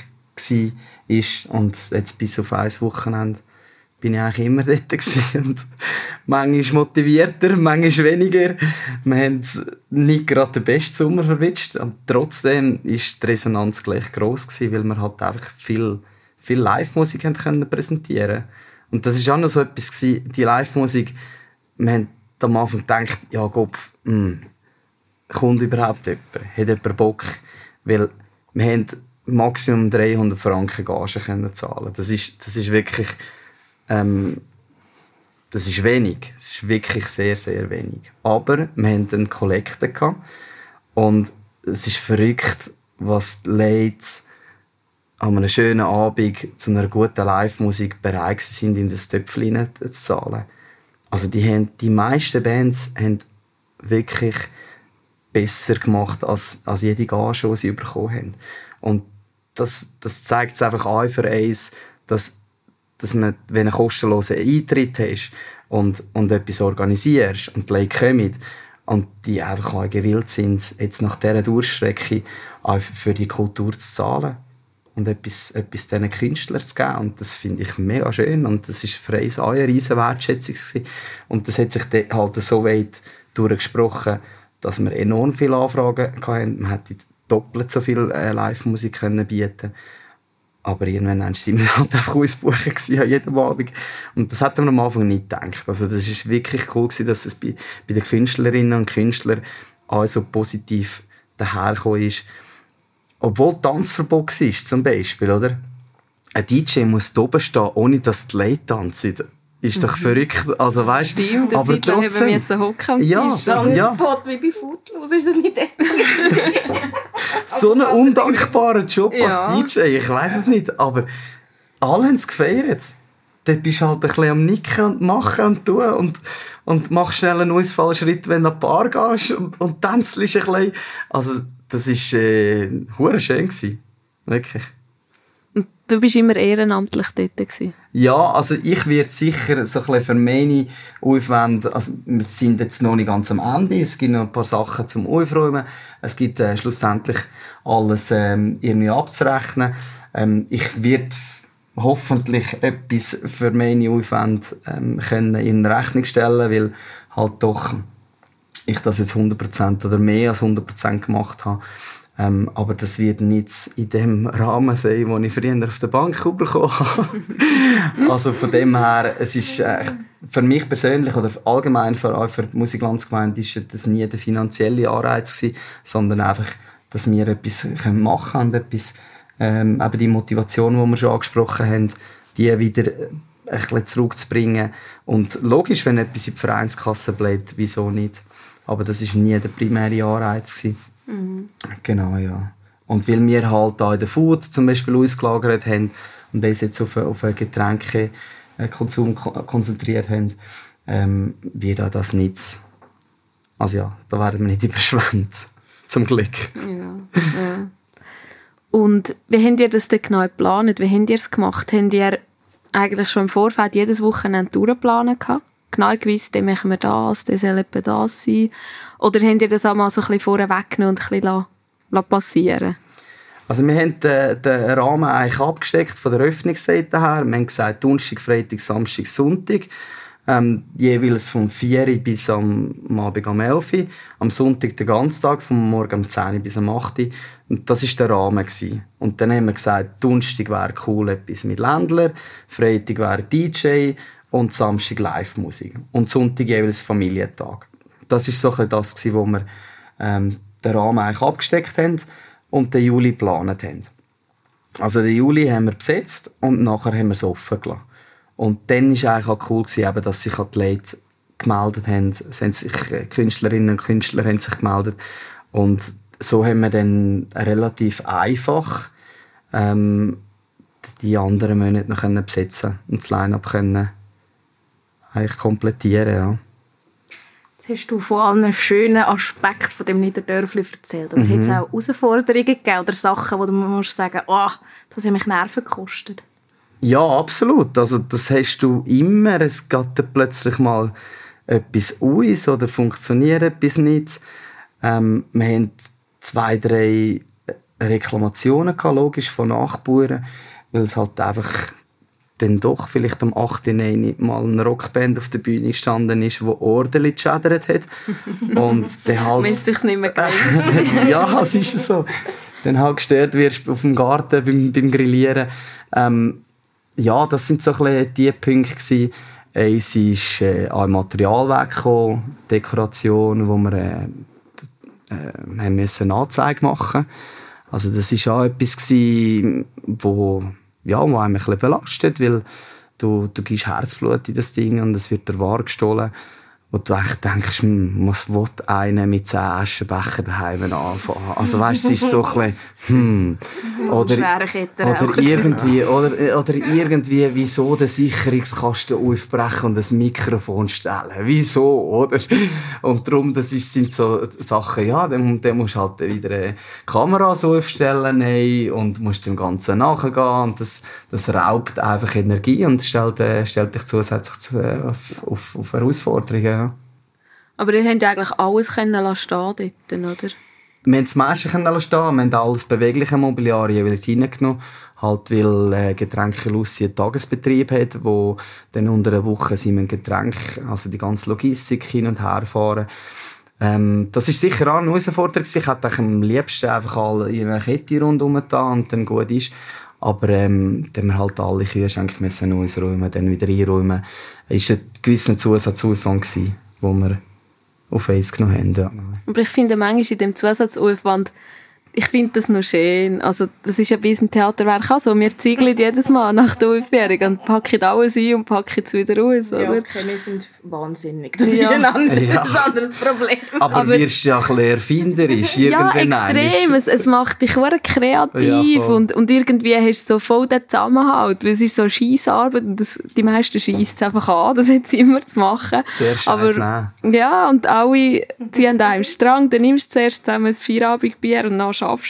war. Und jetzt bis auf ein Wochenende bin ich eigentlich immer dort gewesen. Und manchmal motivierter, manchmal weniger. Wir haben nicht gerade den besten Sommer verwitscht, aber trotzdem war die Resonanz gleich gross gewesen, weil wir halt einfach viel, viel Live-Musik können präsentieren. Und das war auch noch so etwas gewesen, die Live-Musik, wir haben am Anfang gedacht, ja Kopf, mh, kommt überhaupt jemand? Hat jemand Bock? Weil wir haben Maximum dreihundert Franken Gage können zahlen. Das ist, das ist wirklich, ähm, das ist wenig. Das ist wirklich sehr, sehr wenig. Aber wir hatten eine Kollekte gehabt und es ist verrückt, was die Leute an einem schönen Abend zu einer guten Live-Musik bereit sind, in das Töpfchen zu zahlen. Also die, haben, die meisten Bands haben wirklich besser gemacht als, als jede Gage, die sie bekommen haben. Und das, das zeigt es einfach ein für eins, dass, dass man, wenn du einen kostenlosen Eintritt hast und, und etwas organisierst und die Leute kommen und die einfach auch gewillt sind, jetzt nach dieser Durchstrecke für die Kultur zu zahlen und etwas, etwas diesen Künstlern zu geben. Und das finde ich mega schön. Und das war für uns auch eine riesen Wertschätzung gewesen. Und das hat sich halt so weit durchgesprochen, dass wir enorm viele Anfragen hatten. Man hätte doppelt so viel äh, Live-Musik können bieten. Aber irgendwann sind wir halt einfach ausbuchen gewesen, an jedem Abend. Und das hat man am Anfang nicht gedacht. Also das war wirklich cool gewesen, dass es bei, bei den Künstlerinnen und Künstlern auch so positiv dahergekommen ist. Obwohl Tanzverbot war, zum Beispiel, oder? Ein D J muss da oben stehen, ohne dass die Leute tanzen. Ist doch verrückt. Also, weißt, Stimmt, aber Zeit lang trotzdem, haben wir hocken am ja, Tisch. ja. Tanzverbot wie bei Footloose, ist das nicht so ein undankbarer Job Ja. als D J, ich weiss es nicht, aber alle haben es gefeiert. Dort bist du halt ein bisschen am Nicken und machen und tun und, und machst schnell einen Ausfallschritt, wenn du an die Bar gehst und, und tänzelst ein bisschen. Also, das war äh, hure schön gewesen. Wirklich. Und du bist immer ehrenamtlich dort gewesen? Ja, also ich werde sicher so ein bisschen für meine Aufwände, also wir sind jetzt noch nicht ganz am Ende, es gibt noch ein paar Sachen zum Aufräumen, es gibt äh, schlussendlich alles ähm, irgendwie abzurechnen. Ähm, ich werde f- hoffentlich etwas für meine Aufwände ähm, können in Rechnung stellen, weil halt doch ich das jetzt hundert Prozent oder mehr als hundert Prozent gemacht habe. Ähm, aber das wird nicht in dem Rahmen sein, den ich früher auf der Bank bekommen habe. Also von dem her, es ist äh, für mich persönlich oder allgemein für, für die Musiklandsgemeinde ist das nie der finanzielle Anreiz gewesen, sondern einfach, dass wir etwas machen können und etwas, ähm, eben die Motivation, die wir schon angesprochen haben, die wieder ein bisschen zurückzubringen. Und logisch, wenn etwas in der Vereinskasse bleibt, wieso nicht? Aber das war nie der primäre Anreiz gewesen. Mhm. Genau, ja. Und weil wir halt da in der Food zum Beispiel ausgelagert haben und das jetzt auf, auf einen Getränkekonsum konzentriert haben, ähm, wird auch das nicht. Also ja, da werden wir nicht überschwemmt. Zum Glück. Ja, ja. Und wie habt ihr das denn genau geplant? Wie habt ihr es gemacht? Habt ihr eigentlich schon im Vorfeld jedes Wochenende durchgeplant gehabt? Genau gewusst, dann machen wir das, dann soll etwa das sein? Oder habt ihr das auch mal so ein bisschen vorher weggenommen und ein bisschen la- la passieren? Also wir haben den, den Rahmen eigentlich abgesteckt von der Öffnungsseite her. Wir haben gesagt, Donnerstag, Freitag, Samstag, Sonntag. Ähm, jeweils vom vier Uhr bis am, am Abend um elf Uhr. Am Sonntag den ganzen Tag, vom Morgen um zehn Uhr bis am acht Uhr. Und das war der Rahmen gewesen. Und dann haben wir gesagt, Donnerstag wäre cool etwas mit Ländler, Freitag wäre D J und Samstag Live-Musik. Und Sonntag jeweils Familientag. Das war so ein bisschen das, gewesen, wo wir ähm, den Rahmen eigentlich abgesteckt haben und den Juli geplant haben. Also den Juli haben wir besetzt und nachher haben wir es offen gelassen. Und dann war es eigentlich auch cool, gewesen, dass sich die Leute gemeldet haben. Es haben sich Künstlerinnen und Künstler haben sich gemeldet. Und so haben wir dann relativ einfach ähm, die anderen Monate noch können besetzen und das Line-Up können eigentlich komplettieren. Ja. Jetzt hast du von allen schönen Aspekten von dem Niederdörfli erzählt. Aber mhm. hat es auch Herausforderungen gegeben oder Sachen, wo du musst sagen, oh, das hat mich Nerven gekostet? Ja, absolut. Also das hast du immer. Es geht dann plötzlich mal etwas aus oder funktioniert etwas nicht. Ähm, wir haben zwei, drei Reklamationen gehabt, logisch, von Nachbarn, weil es halt einfach dann doch vielleicht am acht Uhr mal eine Rockband auf der Bühne gestanden ist, die ordentlich geschädert hat. Und dann halt... Man ist sich nicht mehr gewöhnt. Ja, es ist so. Dann halt gestört wirst auf dem Garten beim, beim Grillieren. Ähm, ja, das sind so ein bisschen die Punkte gewesen. Eins ist äh, auch Material weggekommen, Dekoration, wo wir äh, äh, haben müssen eine Anzeige machen. Also das ist auch etwas gewesen, wo ja, wo einem ein bisschen belastet, weil du, du gibst Herzblut in das Ding und es wird der Ware gestohlen. Wo du echt denkst, was will einer mit zehn Aschenbecher daheim anfangen? Also weißt, es ist so ein bisschen, hm. Oder, oder irgendwie, oder, oder irgendwie, wieso den Sicherungskasten aufbrechen und das Mikrofon stellen? Wieso, oder? Und darum, das ist, sind so Sachen, ja, dann, dann musst du halt wieder eine Kamera so aufstellen, nein, und musst dem Ganzen nachgehen und das, das raubt einfach Energie und stellt, äh, stellt dich zusätzlich zu, äh, auf, auf, auf Herausforderungen, ja. Aber ihr könnt ja eigentlich alles können stehen dort, oder? Wir haben das meiste können stehen, wir haben alles bewegliche Mobiliar jeweils reingenommen, halt weil äh, Getränke Lucy einen Tagesbetrieb hat, wo dann unter einer Woche sind wir Getränk, also die ganze Logistik hin und her fahren. Ähm, das ist sicher auch eine Herausforderung. Ich hätte am liebsten einfach alle in einer Kette rundherum da und dann gut ist. Aber ähm, dann wir halt alle Kühlschränke müssen ausräumen, dann wieder einräumen, ist ein gewisser Zusatzaufwand gewesen, wo wir auf eins genommen haben. Ja. Aber ich finde manchmal in dem Zusatzaufwand, ich finde das noch schön. Also das ist ja bei uns im Theaterwerk auch so. Wir ziegeln jedes Mal nach der Aufführung und packen alles ein und packen es wieder raus. Ja, oder? okay, wir sind wahnsinnig. Das ja. ist ein anderes, ja. ein anderes Problem. Aber, Aber wirst ja ein bisschen erfinderisch. Ja, extrem. Es, es macht dich sehr kreativ ja, und, und irgendwie hast du so voll den Zusammenhalt. Weil es ist so Scheissarbeit und das, die meisten scheissen es einfach an, das hat sie immer zu machen. Zuerst Aber ja, und alle ziehen an einem Strang. Dann nimmst du zuerst zusammen ein Feierabendbier und dann schaffst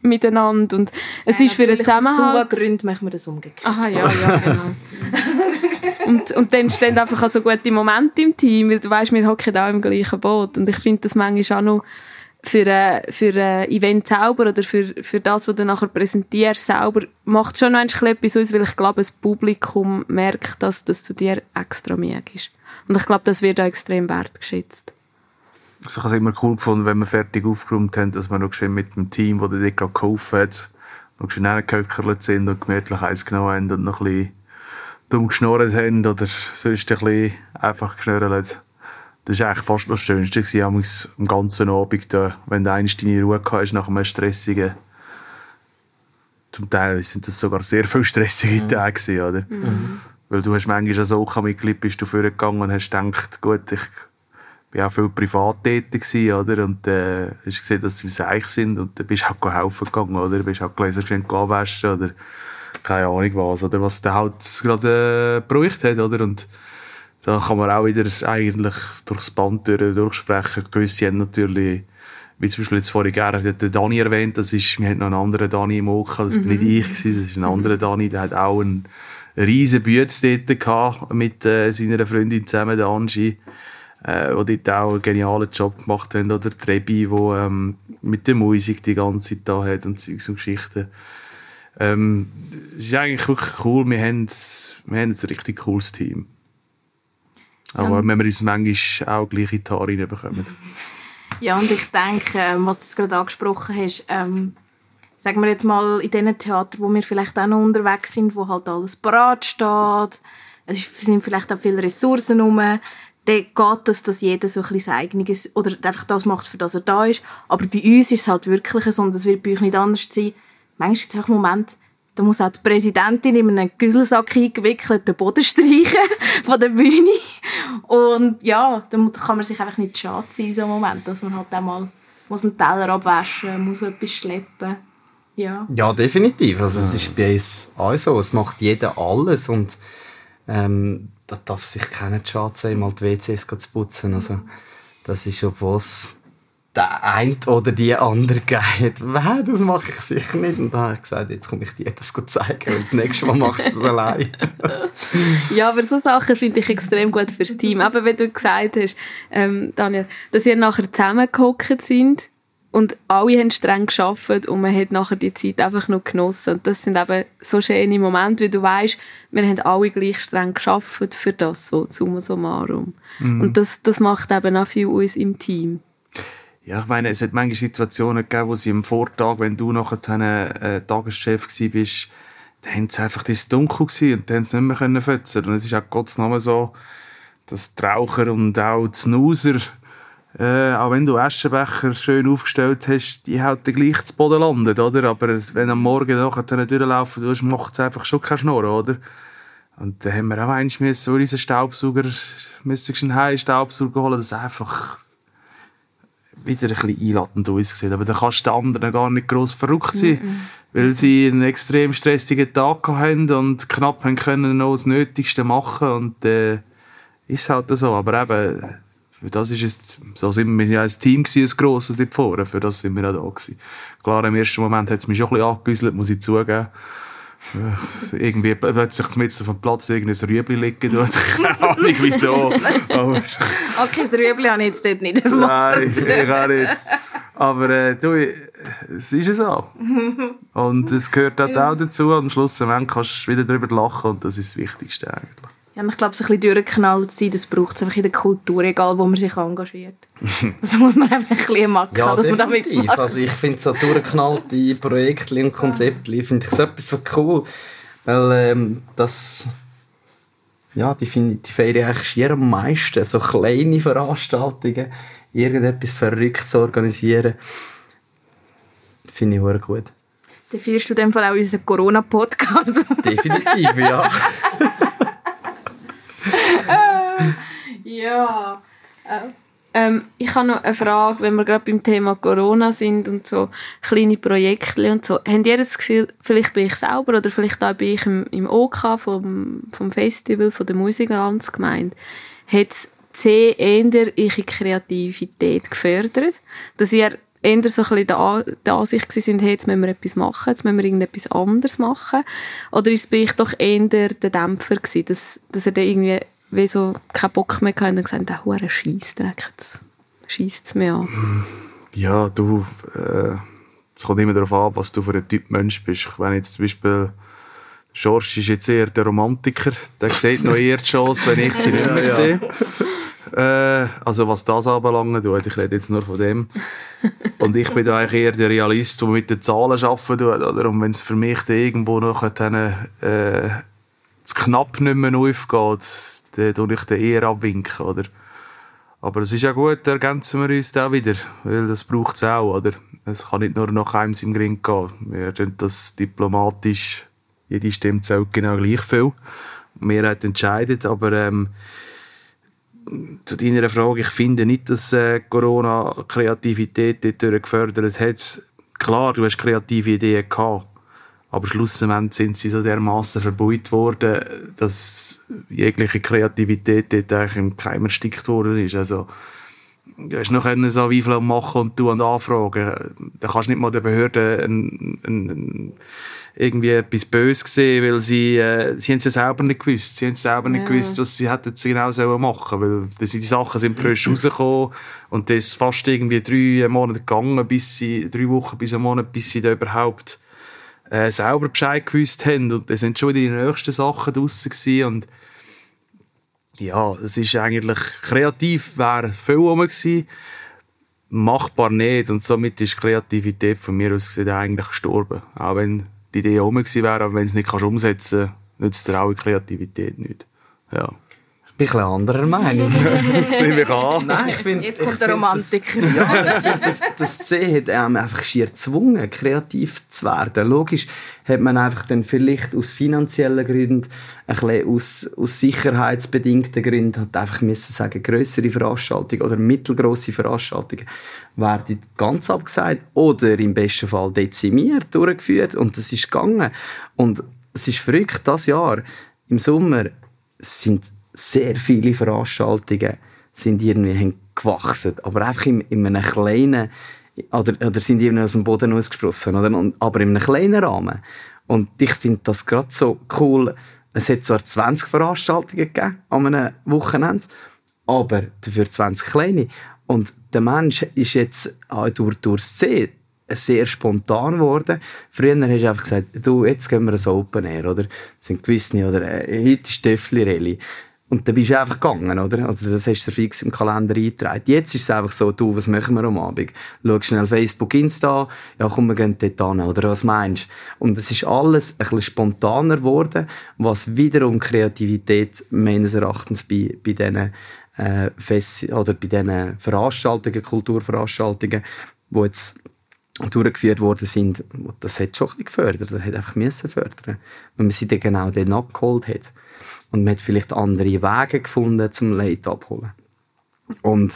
miteinander und es Nein, ist für den Zusammenhalt... Aus Gründen machen wir das umgekehrt. Aha, ja, ja, genau. und, und dann stehen einfach auch so gute Momente im Team, weil du weißt, wir hocken auch im gleichen Boot und ich finde das manchmal auch noch für ein, für ein Event selber oder für, für das, was du nachher präsentierst, selber, macht schon noch etwas aus, weil ich glaube, das Publikum merkt, dass das zu dir extra mehr ist. Und ich glaube, das wird auch extrem wertgeschätzt. Also ich habe es immer cool gefunden, wenn wir fertig aufgeräumt haben, dass wir noch schön mit dem Team, das dir gerade geholfen hat, noch schön reingehöckert sind und gemütlich eins genommen haben und noch ein bisschen dumm geschnurrt haben oder sonst ein bisschen einfach geschnurrt. Das war eigentlich fast das Schönste gewesen, am ganzen Abend, da, wenn du einst deine Ruhe hast nach einem stressigen. Zum Teil sind das sogar sehr viele stressige mhm. Tage gewesen, oder? Mhm. Weil du hast manchmal so mitgeliebt, bist du vorgegangen und hast gedacht, gut, ich war auch viel privat tätig gewesen, oder? Und äh, hast gesehen, dass sie seich sind und dann bist du halt helfen gegangen, oder? Du bist halt gelesen, anwaschen oder keine Ahnung was, oder was der halt gerade äh, gebraucht hat, oder? Und da kann man auch wieder eigentlich durchs Band durch, durchsprechen. Gewisse haben natürlich, wie zum Beispiel jetzt vorhin gerne den Dani erwähnt, das ist, wir hatten noch einen anderen Dani im Oka, das war mhm. nicht ich, gewesen, das ist ein anderer Dani, der hat auch einen riesen Bütze dort gehabt, mit äh, seiner Freundin zusammen, der Angie, äh, die dort auch einen genialen Job gemacht haben, oder Trebi, die ähm, mit der Musik die ganze Zeit da hat und Zeugs und Geschichten. Ähm, es ist eigentlich wirklich cool, wir haben, wir haben ein richtig cooles Team. Aber ja. wenn wir uns manchmal auch gleich in die Haare reinbekommen. Ja, und ich denke, was du jetzt gerade angesprochen hast, ähm, sagen wir jetzt mal in diesen Theatern, wo wir vielleicht auch noch unterwegs sind, wo halt alles parat steht, es sind vielleicht auch viele Ressourcen rum, dann geht das, dass jeder so ein bisschen sein eigenes oder einfach das macht, für das er da ist. Aber bei uns ist es halt wirklich so, und das wird bei euch nicht anders sein. Manchmal gibt es einfach Momente, da muss auch die Präsidentin in einen Güsselsack eingewickelt den Boden streichen von der Bühne. Und ja, da kann man sich einfach nicht schade sein in so einem Moment, dass man halt auch mal muss einen Teller abwaschen, muss etwas schleppen. Ja, ja definitiv. Also es ist bei uns auch so. Es macht jeder alles und ähm, da darf sich keiner schade sein, mal die W Cs zu putzen. Also das ist, obwohl es der eine oder die andere geht. Nein, das mache ich sicher nicht. Und dann habe ich gesagt, jetzt komme ich dir das zeigen, weil das nächste Mal machst du das allein. Ja, aber so Sachen finde ich extrem gut fürs Team. Aber wenn du gesagt hast, ähm, Daniel, dass ihr nachher zusammengehockt sind und alle haben streng gearbeitet und man hat nachher die Zeit einfach noch genossen. Und das sind eben so schöne Momente, weil du weißt, wir haben alle gleich streng gearbeitet für das, so summa summarum. Mhm. Und das, das macht eben auch viel aus im Team. Ja, ich meine, es hat manche Situationen gegeben, wo sie am Vortag, wenn du nachher äh, Tageschef gsi bist, dann haben sie einfach das dunkel gsi und dann haben sie nicht mehr fötzen. Und es ist auch Gottes Namen so, dass die Raucher und auch die Snoozer, äh, auch wenn du Aschenbecher schön aufgestellt hast, die halt dann gleich zu Boden landen, oder? Aber wenn du am Morgen nachher durchlaufen willst, macht es einfach schon keine Schnurren, oder? Und dann haben wir auch einmal müssen, unseren Staubsauger, müssen einen heißen Staubsauger holen, das einfach wieder ein bisschen einladend ausgesehen. Aber dann kannst du den anderen gar nicht gross verrückt sein, mm-hmm. weil sie einen extrem stressigen Tag hatten und knapp haben können noch das Nötigste machen und äh, ist halt so. Aber eben, für das ist es, so sind wir ja ein Team gewesen, ein grosses dort vorne, für das sind wir auch da gewesen. Klar, im ersten Moment hat es mich schon ein bisschen angegüsselt, muss ich zugeben. Irgendwie plötzlich mitten auf dem Platz irgendein Rüebli liegen dort. Keine Ahnung wieso. Aber okay, das Rüebli habe ich jetzt dort nicht erwartet. Nein, ich auch nicht. Aber äh, du, es ist so. Und es gehört halt auch dazu. Am Schluss kannst du wieder darüber lachen und das ist das Wichtigste eigentlich. Ja, ich glaube, so ein bisschen durchgeknallt sein, das braucht es einfach in der Kultur, egal wo man sich engagiert. Also muss man einfach ein bisschen machen, ja, dass man damit macht. Also ich finde so durchgeknallte Projekte und Konzepte, finde ich so etwas so cool. Weil ähm, das... Ja, die, find, die feiern eigentlich schier am meisten. So kleine Veranstaltungen, irgendetwas verrückt zu organisieren, finde ich sehr gut. Dann feierst du in dem Fall auch unseren Corona-Podcast. Definitiv, ja. Ja. Ähm, ich habe noch eine Frage, wenn wir gerade beim Thema Corona sind und so kleine Projekte und so. Habt ihr das Gefühl, vielleicht bin ich selber oder vielleicht auch bin ich im, im OK vom, vom Festival, von der Musikerlandsgemeinde, hat C eher eure Kreativität gefördert? Dass ihr eher so ein bisschen der, der Ansicht waren, hey, jetzt müssen wir etwas machen, jetzt müssen wir irgendetwas anderes machen? Oder ist es bei euch doch eher der Dämpfer gewesen, dass, dass er dann irgendwie wie so keinen Bock mehr hatte und gesagt hat, der hure Scheissdreck, jetzt scheisst es mir an? Ja, du, äh, es kommt immer darauf an, was du für ein Typ Mensch bist. Wenn jetzt zum Beispiel Schorsch ist jetzt eher der Romantiker, der sieht noch eher die Chance, wenn ich sie nicht mehr ja, ja. sehe. Äh, also was das anbelangt, ich rede jetzt nur von dem. Und ich bin da eigentlich eher der Realist, der mit den Zahlen arbeiten tut. Oder? Und wenn es für mich dann irgendwo noch dann, äh, zu knapp nicht mehr aufgeht, dann tue ich den eher abwinken. Oder? Aber es ist ja gut, da ergänzen wir uns dann wieder, weil das braucht es auch. Oder? Es kann nicht nur nach einem im Ring gehen. Wir tun das diplomatisch, jede Stimme zählt genau gleich viel. Die Mehrheit entscheidet, aber ähm, zu deiner Frage, ich finde nicht, dass äh, Corona Kreativität dort gefördert hat. Klar, du hast kreative Ideen gehabt, aber schlussendlich sind sie so dermaßen verbeut worden, dass jegliche Kreativität dort eigentlich im Keim erstickt worden ist. Also, du hast noch so Zweifel machen und du und anfragen. Da kannst du nicht mal der Behörde ein, ein, ein, irgendwie etwas Böses gesehen, weil sie, äh, sie haben es ja selber nicht gewusst. Sie haben es selber nicht ja. gewusst, was sie hätten genau so machen, weil die Sachen sind frisch rausgekommen und das ist fast irgendwie drei Monate gegangen, bis sie, drei Wochen bis einen Monat, bis sie da überhaupt äh, selber Bescheid gewusst haben und das sind schon wieder die nächsten Sachen draussen gewesen und ja, es ist eigentlich kreativ, wäre viel rum gewesen, machbar nicht und somit ist die Kreativität von mir aus gesehen eigentlich gestorben. Auch wenn die Idee rum gewesen wäre, aber wenn du es nicht umsetzen kannst, nützt dir auch die Kreativität nicht. Ja. Ich bin ein bisschen anderer Meinung. Sieh mich an. Nein, ich find, Jetzt kommt ich der Romantiker. Das, ja, ich finde, das, das C hat einem einfach schier gezwungen, kreativ zu werden. Logisch hat man einfach dann vielleicht aus finanziellen Gründen, ein bisschen aus, aus sicherheitsbedingten Gründen, hat einfach müssen sagen, grössere Veranstaltungen oder mittelgrosse Veranstaltungen werden ganz abgesagt oder im besten Fall dezimiert durchgeführt. Und das ist gegangen. Und es ist verrückt, das Jahr, im Sommer, sind sehr viele Veranstaltungen sind irgendwie haben gewachsen, aber einfach in, in einem kleinen, oder, oder sind irgendwie aus dem Boden ausgesprossen, oder? Und, aber in einem kleinen Rahmen. Und ich finde das gerade so cool. Es hat zwar zwanzig Veranstaltungen gegeben an einem Wochenende, aber dafür zwanzig kleine. Und der Mensch ist jetzt durch, durch das C sehr spontan geworden. Früher hast du einfach gesagt, du, jetzt gehen wir ein Open Air, oder? Das sind gewisse, oder äh, heute ist Töffli-Rallye. Und dann bist du einfach gegangen, oder? Also das hast du fix im Kalender eingetragen. Jetzt ist es einfach so, du, was machen wir am Abend? Schau schnell Facebook, Insta, ja komm, wir gehen dort hin, oder was meinst du? Und es ist alles ein bisschen spontaner geworden, was wiederum Kreativität meines Erachtens bei, bei diesen äh, Fest- oder bei diesen Veranstaltungen, Kulturveranstaltungen, die jetzt durchgeführt worden sind, das hat schon ein bisschen gefördert, das hat einfach müssen fördern, wenn man sie dann genau dann abgeholt hat. Und man hat vielleicht andere Wege gefunden, zum Leid abholen. Und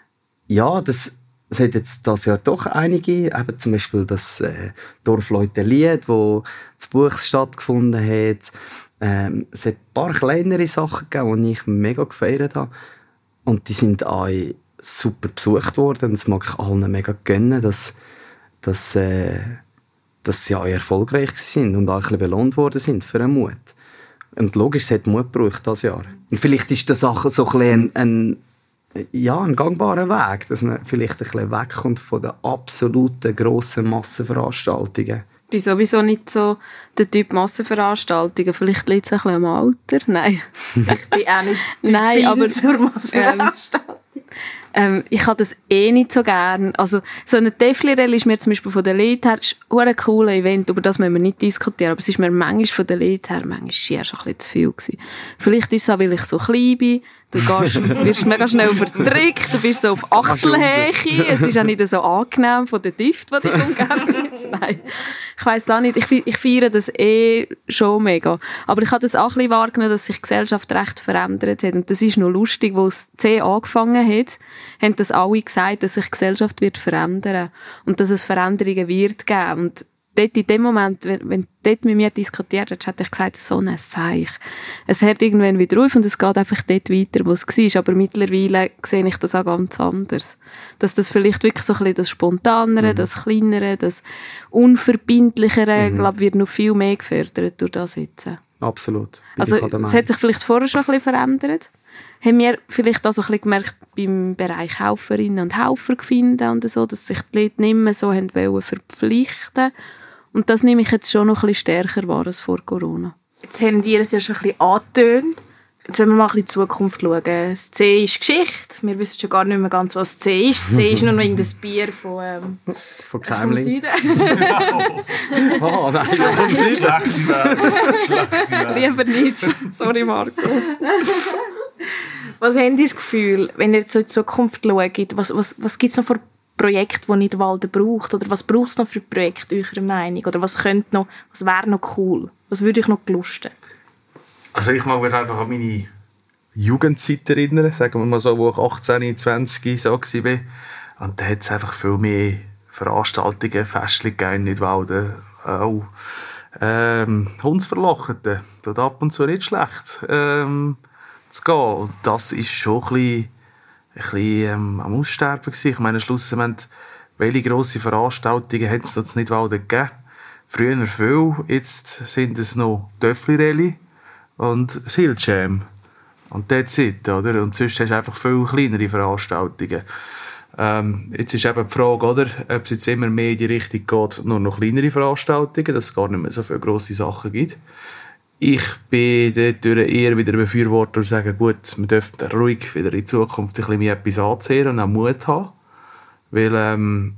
ja, das, es hat jetzt das Jahr doch einige, eben zum Beispiel das äh, Dorfleute-Lied, wo zu Buchs stattgefunden hat. Ähm, es hat ein paar kleinere Sachen gegeben, die ich mega gefeiert habe. Und die sind alle super besucht worden. Das mag ich allen mega gönnen, dass, dass, äh, dass sie alle erfolgreich sind und auch ein bisschen belohnt worden sind für den Mut. Und logisch, es hat Mut gebraucht das Jahr. Und vielleicht ist das auch so ein, ein, ja, ein gangbarer Weg, dass man vielleicht ein bisschen wegkommt von den absoluten grossen Massenveranstaltungen. Ich bin sowieso nicht so der Typ Massenveranstaltungen. Vielleicht liegt es ein bisschen am Alter. Nein. Ich bin auch nicht Nein, aber zur Massenveranstaltung. Ähm, ich habe das eh nicht so gern. Also, so eine Töffli-Rallye ist mir zum Beispiel von der Lied her ein cooles Event, über das müssen wir nicht diskutieren, aber es ist mir manchmal von der Lied her manchmal eher schon ein bisschen zu viel gewesen. Vielleicht ist es auch, weil ich so klein bin. Du gehst, wirst mega schnell verdrückt, du bist so auf Achselhöhe. Es ist auch nicht so angenehm von den Düften, die dich umgeben. Nein, ich weiss auch nicht. Ich, ich feiere das eh schon mega. Aber ich habe das auch ein bisschen wahrgenommen, dass sich die Gesellschaft recht verändert hat. Und das ist noch lustig, wo es C angefangen hat, haben das alle gesagt, dass sich die Gesellschaft wird verändern und dass es Veränderungen wird geben. Und dort in dem Moment, wenn, wenn du dort mit mir diskutiert hast, hätte ich gesagt, so ein Seich. Es hört irgendwann wieder auf und es geht einfach dort weiter, wo es war. Aber mittlerweile sehe ich das auch ganz anders. Dass das vielleicht wirklich so ein bisschen das Spontanere, mhm. das Kleinere, das Unverbindlichere, mhm. glaube wird noch viel mehr gefördert durch das jetzt. Absolut. Also es hat sich vielleicht vorher schon ein bisschen verändert. Haben wir vielleicht auch so ein bisschen gemerkt beim Bereich Helferinnen und Helfer finden und so, dass sich die Leute nicht mehr so haben wollen verpflichten. Und das nehme ich jetzt schon noch ein bisschen stärker wahr als vor Corona. Jetzt haben die es ja schon ein bisschen angetönt. Jetzt wollen wir mal ein bisschen in die Zukunft schauen. Das C ist Geschichte. Wir wissen schon gar nicht mehr ganz, was das C ist. Das C ist nur noch irgendein Bier von... Ähm, von Keimling. Oh nein, vom Süden. Schlecht. Lieber nicht. Sorry, Marco. Was haben Sie das Gefühl, wenn ihr jetzt so in die Zukunft schaut, was, was, was gibt es noch für Projekte, die Nidwalden braucht? Oder was braucht es noch für Projekte, eurer Meinung? Oder was könnte noch, was wäre noch cool? Was würde euch noch gelusten? Also ich mag mich einfach an meine Jugendzeit erinnern, sagen wir mal so, wo ich achtzehn, zwanzig so war. Und da hat es einfach viel mehr Veranstaltungen, Festchen gegeben in Nidwalden. Auch ähm, Hundsverlochete, dort ab und zu nicht schlecht ähm, zu gehen. Und das ist schon ein bisschen, ein bisschen ähm, am Aussterben gewesen. Ich meine, schlussendlich, welche grosse Veranstaltungen hat es dort in Nidwalden gegeben? Früher viel, jetzt sind es noch Töffli-Rallye und das Hildscham. Und that's it, oder? Und sonst hast du einfach viel kleinere Veranstaltungen. Ähm, jetzt ist eben die Frage, oder, ob es jetzt immer mehr in die Richtung geht, nur noch kleinere Veranstaltungen, dass es gar nicht mehr so viele grosse Sachen gibt. Ich bin dort eher wieder ein Befürworter und sage, gut, wir dürfen ruhig wieder in Zukunft ein bisschen mehr etwas anziehen und auch Mut haben. Weil, ähm,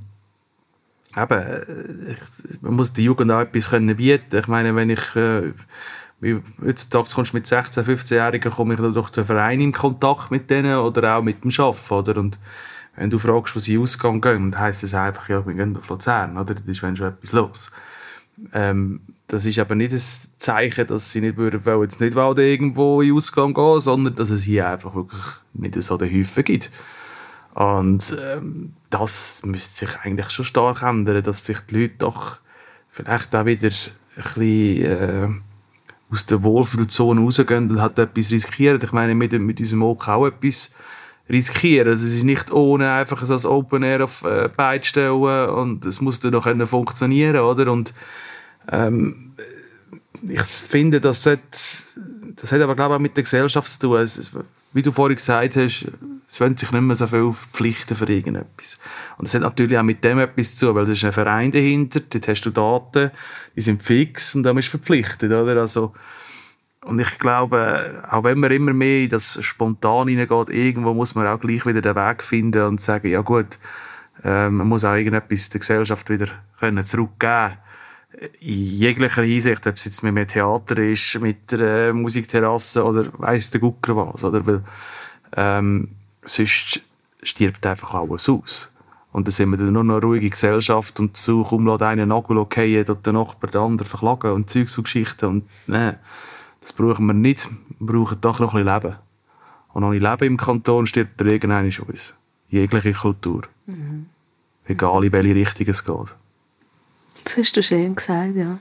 eben, ich, man muss der Jugend auch etwas können bieten. Ich meine, wenn ich, äh, heutzutage kommst du mit sechzehn-, fünfzehnjährigen, komme ich durch den Verein in Kontakt mit denen oder auch mit dem Arbeiten, oder? Und wenn du fragst, wo sie ausgehen gehen, heisst es einfach, ja, wir gehen auf Luzern, oder? Das ist wenn schon etwas los. Ähm, das ist aber nicht ein Zeichen, dass sie nicht würden, weil jetzt nicht Walden irgendwo in Ausgang gehen, sondern dass es hier einfach wirklich nicht so den Häufen gibt. Und ähm, das müsste sich eigentlich schon stark ändern, dass sich die Leute doch vielleicht auch wieder ein bisschen äh, aus der Wohlfühlzone rausgehen und halt etwas riskieren. Ich meine, mit, mit unserem O K auch etwas riskieren. Also es ist nicht ohne einfach so als Open Air auf äh, Beine stellen und es muss dann noch funktionieren, oder? Und ähm, ich finde, das hat, das hat aber, glaube ich, auch mit der Gesellschaft zu tun. Es, wie du vorhin gesagt hast, es wollen sich nicht mehr so viel verpflichten für irgendetwas. Und es hat natürlich auch mit dem etwas zu tun, weil es ist ein Verein dahinter, dort hast du Daten, die sind fix und dann bist du verpflichtet, oder? Also, und ich glaube, auch wenn man immer mehr in das Spontan hineingeht, irgendwo muss man auch gleich wieder den Weg finden und sagen, ja gut, äh, man muss auch irgendetwas der Gesellschaft wieder können zurückgeben. In jeglicher Hinsicht, ob es jetzt mit einem Theater ist, mit der äh, Musikterrasse oder weiss der Gucker was, oder? Weil, ähm, sonst stirbt einfach alles aus. Und dann sind wir dann nur noch eine ruhige Gesellschaft und so, kaum lässt einen Nagel fallen, dort der Nachbar den anderen verklagen und Zeugs und Geschichten. Und nein, das brauchen wir nicht. Wir brauchen doch noch ein bisschen Leben. Und ohne Leben im Kanton stirbt der irgendeiner uns. Jegliche Kultur. Mhm. Egal in welche Richtung es geht. Das hast du schön gesagt, ja.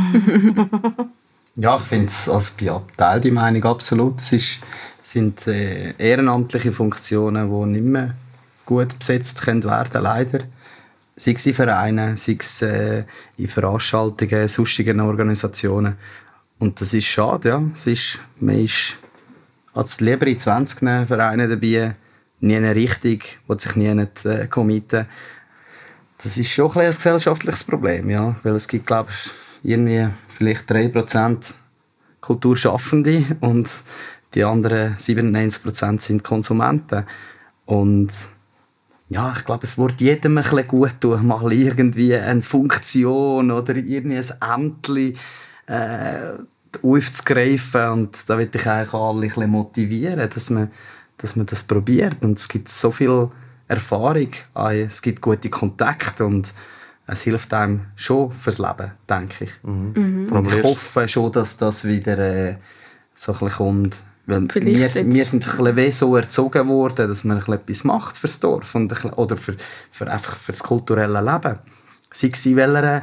Ja, ich finde es, also ich teile die Meinung absolut. Es ist, sind äh, ehrenamtliche Funktionen, die nicht mehr gut besetzt können werden, leider. Sei es in Vereinen, sei es äh, in Veranstaltungen, sonstigen Organisationen. Und das ist schade, ja. Es ist, man ist als lieber in zwanzig Vereinen dabei, nie eine Richtung, die sich nie nicht äh, committen. Das ist schon ein, ein gesellschaftliches Problem, ja. Weil es gibt, glaube ich, irgendwie vielleicht drei Prozent Kulturschaffende und die anderen siebenundneunzig Prozent sind Konsumenten. Und ja, ich glaube, es würde jedem ein bisschen gut tun, mal irgendwie eine Funktion oder irgendwie ein Ämtchen äh, aufzugreifen. Und da will ich eigentlich alle ein bisschen motivieren, dass man, dass man das probiert. Und es gibt so viel Erfahrung, es gibt gute Kontakte und es hilft einem schon fürs Leben, denke ich. Mhm. Und ich hoffe schon, dass das wieder äh, so ein bisschen kommt. Weil wir, wir sind ein bisschen so erzogen worden, dass man ein bisschen etwas macht fürs Dorf und ein bisschen, oder für, für einfach fürs kulturelle Leben. Sei es in welcher,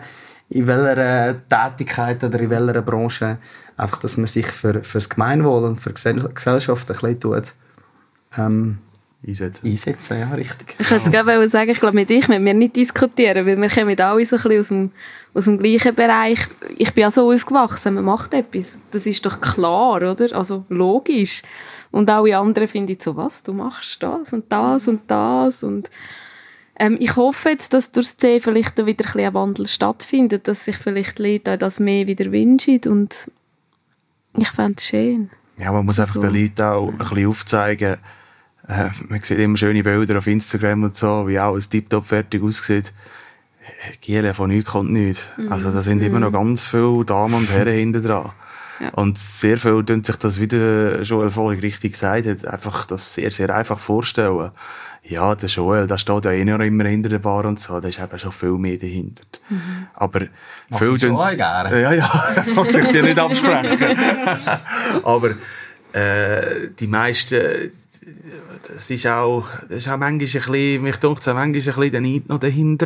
in welcher Tätigkeit oder in welcher Branche, einfach, dass man sich für, für das Gemeinwohl und für die Gesellschaft ein bisschen tut, ähm, einsetzen. einsetzen. Ja, richtig. Ich wollte gerade sagen, ich glaube, mit dich müssen wir nicht diskutieren, weil wir kommen alle so ein bisschen aus dem, aus dem gleichen Bereich. Ich bin ja so aufgewachsen, man macht etwas. Das ist doch klar, oder? Also logisch. Und alle anderen finden so, was, du machst das und das und das und ähm, ich hoffe jetzt, dass durch das C vielleicht da wieder ein bisschen ein Wandel stattfindet, dass sich vielleicht die Leute das mehr wieder wünschen und ich fände es schön. Ja, man muss einfach so den Leuten auch ein bisschen aufzeigen, äh, man sieht immer schöne Bilder auf Instagram und so, wie auch ein Tiptop fertig aussieht. Giele von nichts kommt nichts. Mhm. Also da sind mhm. immer noch ganz viele Damen und Herren hinten dran. Ja. Und sehr viel tun sich das, wie der Joel vorhin richtig gesagt hat, einfach das sehr, sehr einfach vorstellen. Ja, der Joel, der steht ja eh noch immer hinter der Bar und so, da ist eben schon viel mehr dahinter. Mhm. Aber Mach viel tun... schon gerne. Ja, ja, kann ich dir nicht absprechen. Aber äh, die meisten, das ist auch, das ist auch manchmal ein bisschen, mich denkt es auch manchmal ein bisschen der Neid noch dahinter.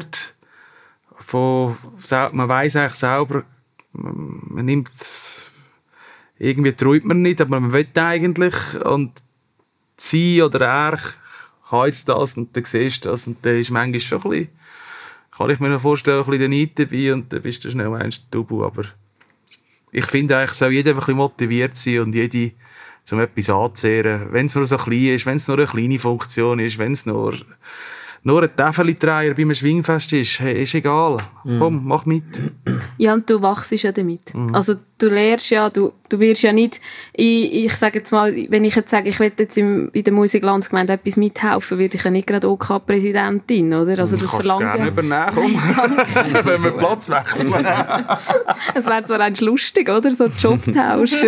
Von, man weiss eigentlich selber, man, man nimmt, irgendwie träumt man nicht, aber man will eigentlich und sie oder er kann jetzt das und dann siehst du das und dann ist manchmal schon ein bisschen, kann ich mir noch vorstellen, ein bisschen der Neid dabei und dann bist du schnell ein Double, aber ich finde eigentlich, soll jeder ein bisschen motiviert sein und jede um etwas anzuzehren, wenn es nur so klein ist, wenn es nur eine kleine Funktion ist, wenn es nur Nur ein Täfelitreier bei einem Schwingfest ist, hey, ist egal. Mm. Komm, mach mit. Ja, und du wachst ja damit. Mm. Also du lernst ja, du, du wirst ja nicht, ich, ich sage jetzt mal, wenn ich jetzt sage, ich will jetzt im, in der Musiklandsgemeinde etwas mithelfen, werde ich ja nicht gerade O K-Präsidentin, oder? Also das verlangt ja... gerne übernehmen, komm. Wenn wir Platz wechseln. Es wäre zwar eigentlich lustig, oder? So Jobtausch.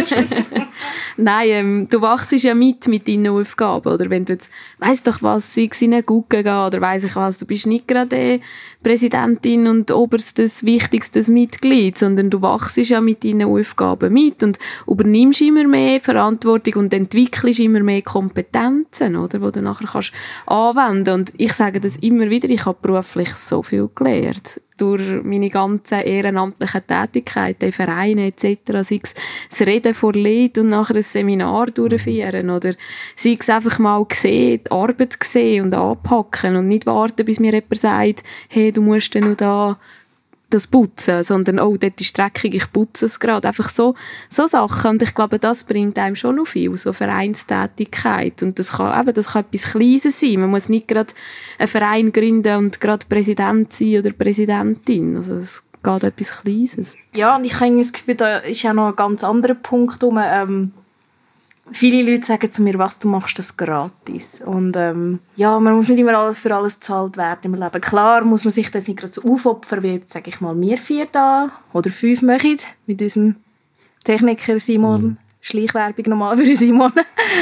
Nein, ähm, du wachst ja mit mit deinen Aufgaben, oder? Wenn du jetzt, weiss doch was, sei es in eine Gucke gehen, oder weiss ich was, du bist nicht gerade Präsidentin und oberstes, wichtigstes Mitglied, sondern du wachst ja mit deinen Aufgaben mit und übernimmst immer mehr Verantwortung und entwickelst immer mehr Kompetenzen, oder? Die du nachher kannst anwenden. Und ich sage das immer wieder, ich habe beruflich so viel gelernt. Durch meine ganzen ehrenamtlichen Tätigkeiten, Vereine et cetera, sei es das Reden vor Leuten und nachher ein Seminar durchführen oder sei es einfach mal sehen, die Arbeit sehen und anpacken und nicht warten, bis mir jemand sagt, hey, du musst dann noch da das putzen, sondern oh, dort ist dreckig, ich putze es gerade. Einfach so, so Sachen. Und ich glaube, das bringt einem schon noch viel, so Vereinstätigkeit. Und das kann, eben, das kann etwas Kleines sein. Man muss nicht gerade einen Verein gründen und gerade Präsident sein oder Präsidentin. Also es geht etwas Kleines. Ja, und ich habe das Gefühl, da ist auch noch ein ganz anderer Punkt rum. Ähm, viele Leute sagen zu mir, was, du machst das gratis. Und ähm, ja, man muss nicht immer für alles gezahlt werden im Leben. Klar muss man sich das nicht gerade so aufopfern, wie jetzt, sage ich mal, wir vier da oder fünf machen mit unserem Techniker Simon. Mhm. Schleichwerbung nochmal für Simon.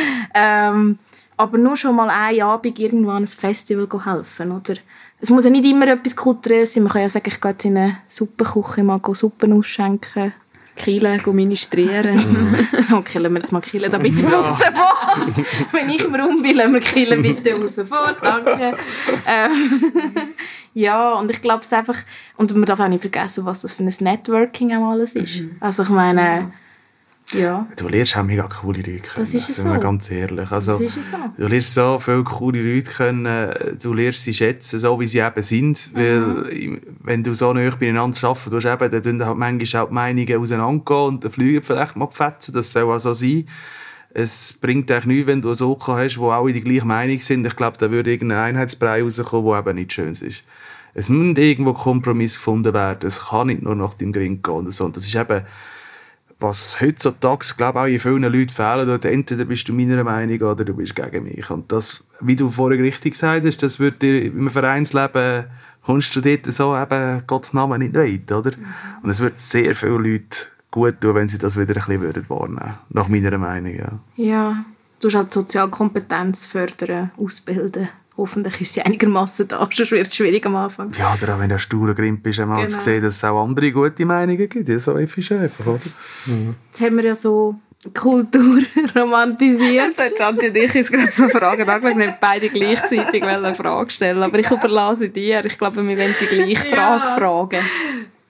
ähm, aber nur schon mal einen Abend irgendwo an ein Festival helfen, oder? Es muss ja nicht immer etwas Kulturelles sein. Man kann ja sagen, ich gehe jetzt in eine Suppenküche, mal Suppen ausschenken. Kiele, ministrieren. Okay, lassen wir jetzt mal Kiele da bitte ja. raus vor. Wenn ich im Raum bin, lassen wir Kiele bitte raus vor. Danke. Ähm, ja, und ich glaube es einfach, und man darf auch nicht vergessen, was das für ein Networking auch alles ist. Mhm. Also ich meine, ja. Du lernst auch mega coole Leute kennen. Das ist es so. Sind wir ganz ehrlich. Also, das ist es so. Du lernst so viele coole Leute kennen, du lernst sie schätzen, so wie sie eben sind. Mhm. Weil, wenn du so nahe beieinander arbeiten tust, eben, dann tun halt manchmal auch die Meinungen auseinandergehen und dann fliegen vielleicht mal die Fetzen. Das soll auch so sein. Es bringt eigentlich nichts, wenn du ein O K hast, wo alle die gleiche Meinung sind. Ich glaube, da würde irgendein Einheitsbrei rauskommen, der eben nicht schön ist. Es muss irgendwo Kompromiss gefunden werden. Es kann nicht nur nach dem Gring gehen. Und so. Und das ist eben, was heutzutage, glaube ich, auch in vielen Leuten fehlt, oder entweder bist du meiner Meinung oder du bist gegen mich. Und das, wie du vorhin richtig gesagt hast, das wird dir im Vereinsleben, kommst du dort so eben Gottes Namen nicht weit, oder? Mhm. Und es wird sehr viele Leute gut tun, wenn sie das wieder ein bisschen würden wahrnehmen. Nach meiner Meinung, ja. Ja, du musst halt Sozialkompetenz fördern, ausbilden. Hoffentlich ist sie einigermaßen da, sonst wird es schwierig am Anfang. Ja, oder auch wenn du stur Grimp bist, einmal genau. zu sehen, dass es auch andere gute Meinungen gibt. Ja, so ist es einfach, oder? Mhm. Jetzt haben wir ja so Kultur romantisiert. Jetzt Janti und ich uns gerade so Fragen angeschaut. Wir haben beide gleichzeitig eine Frage stellen, aber ich überlasse dir. Ich glaube, wir wollen die gleiche Frage ja. fragen.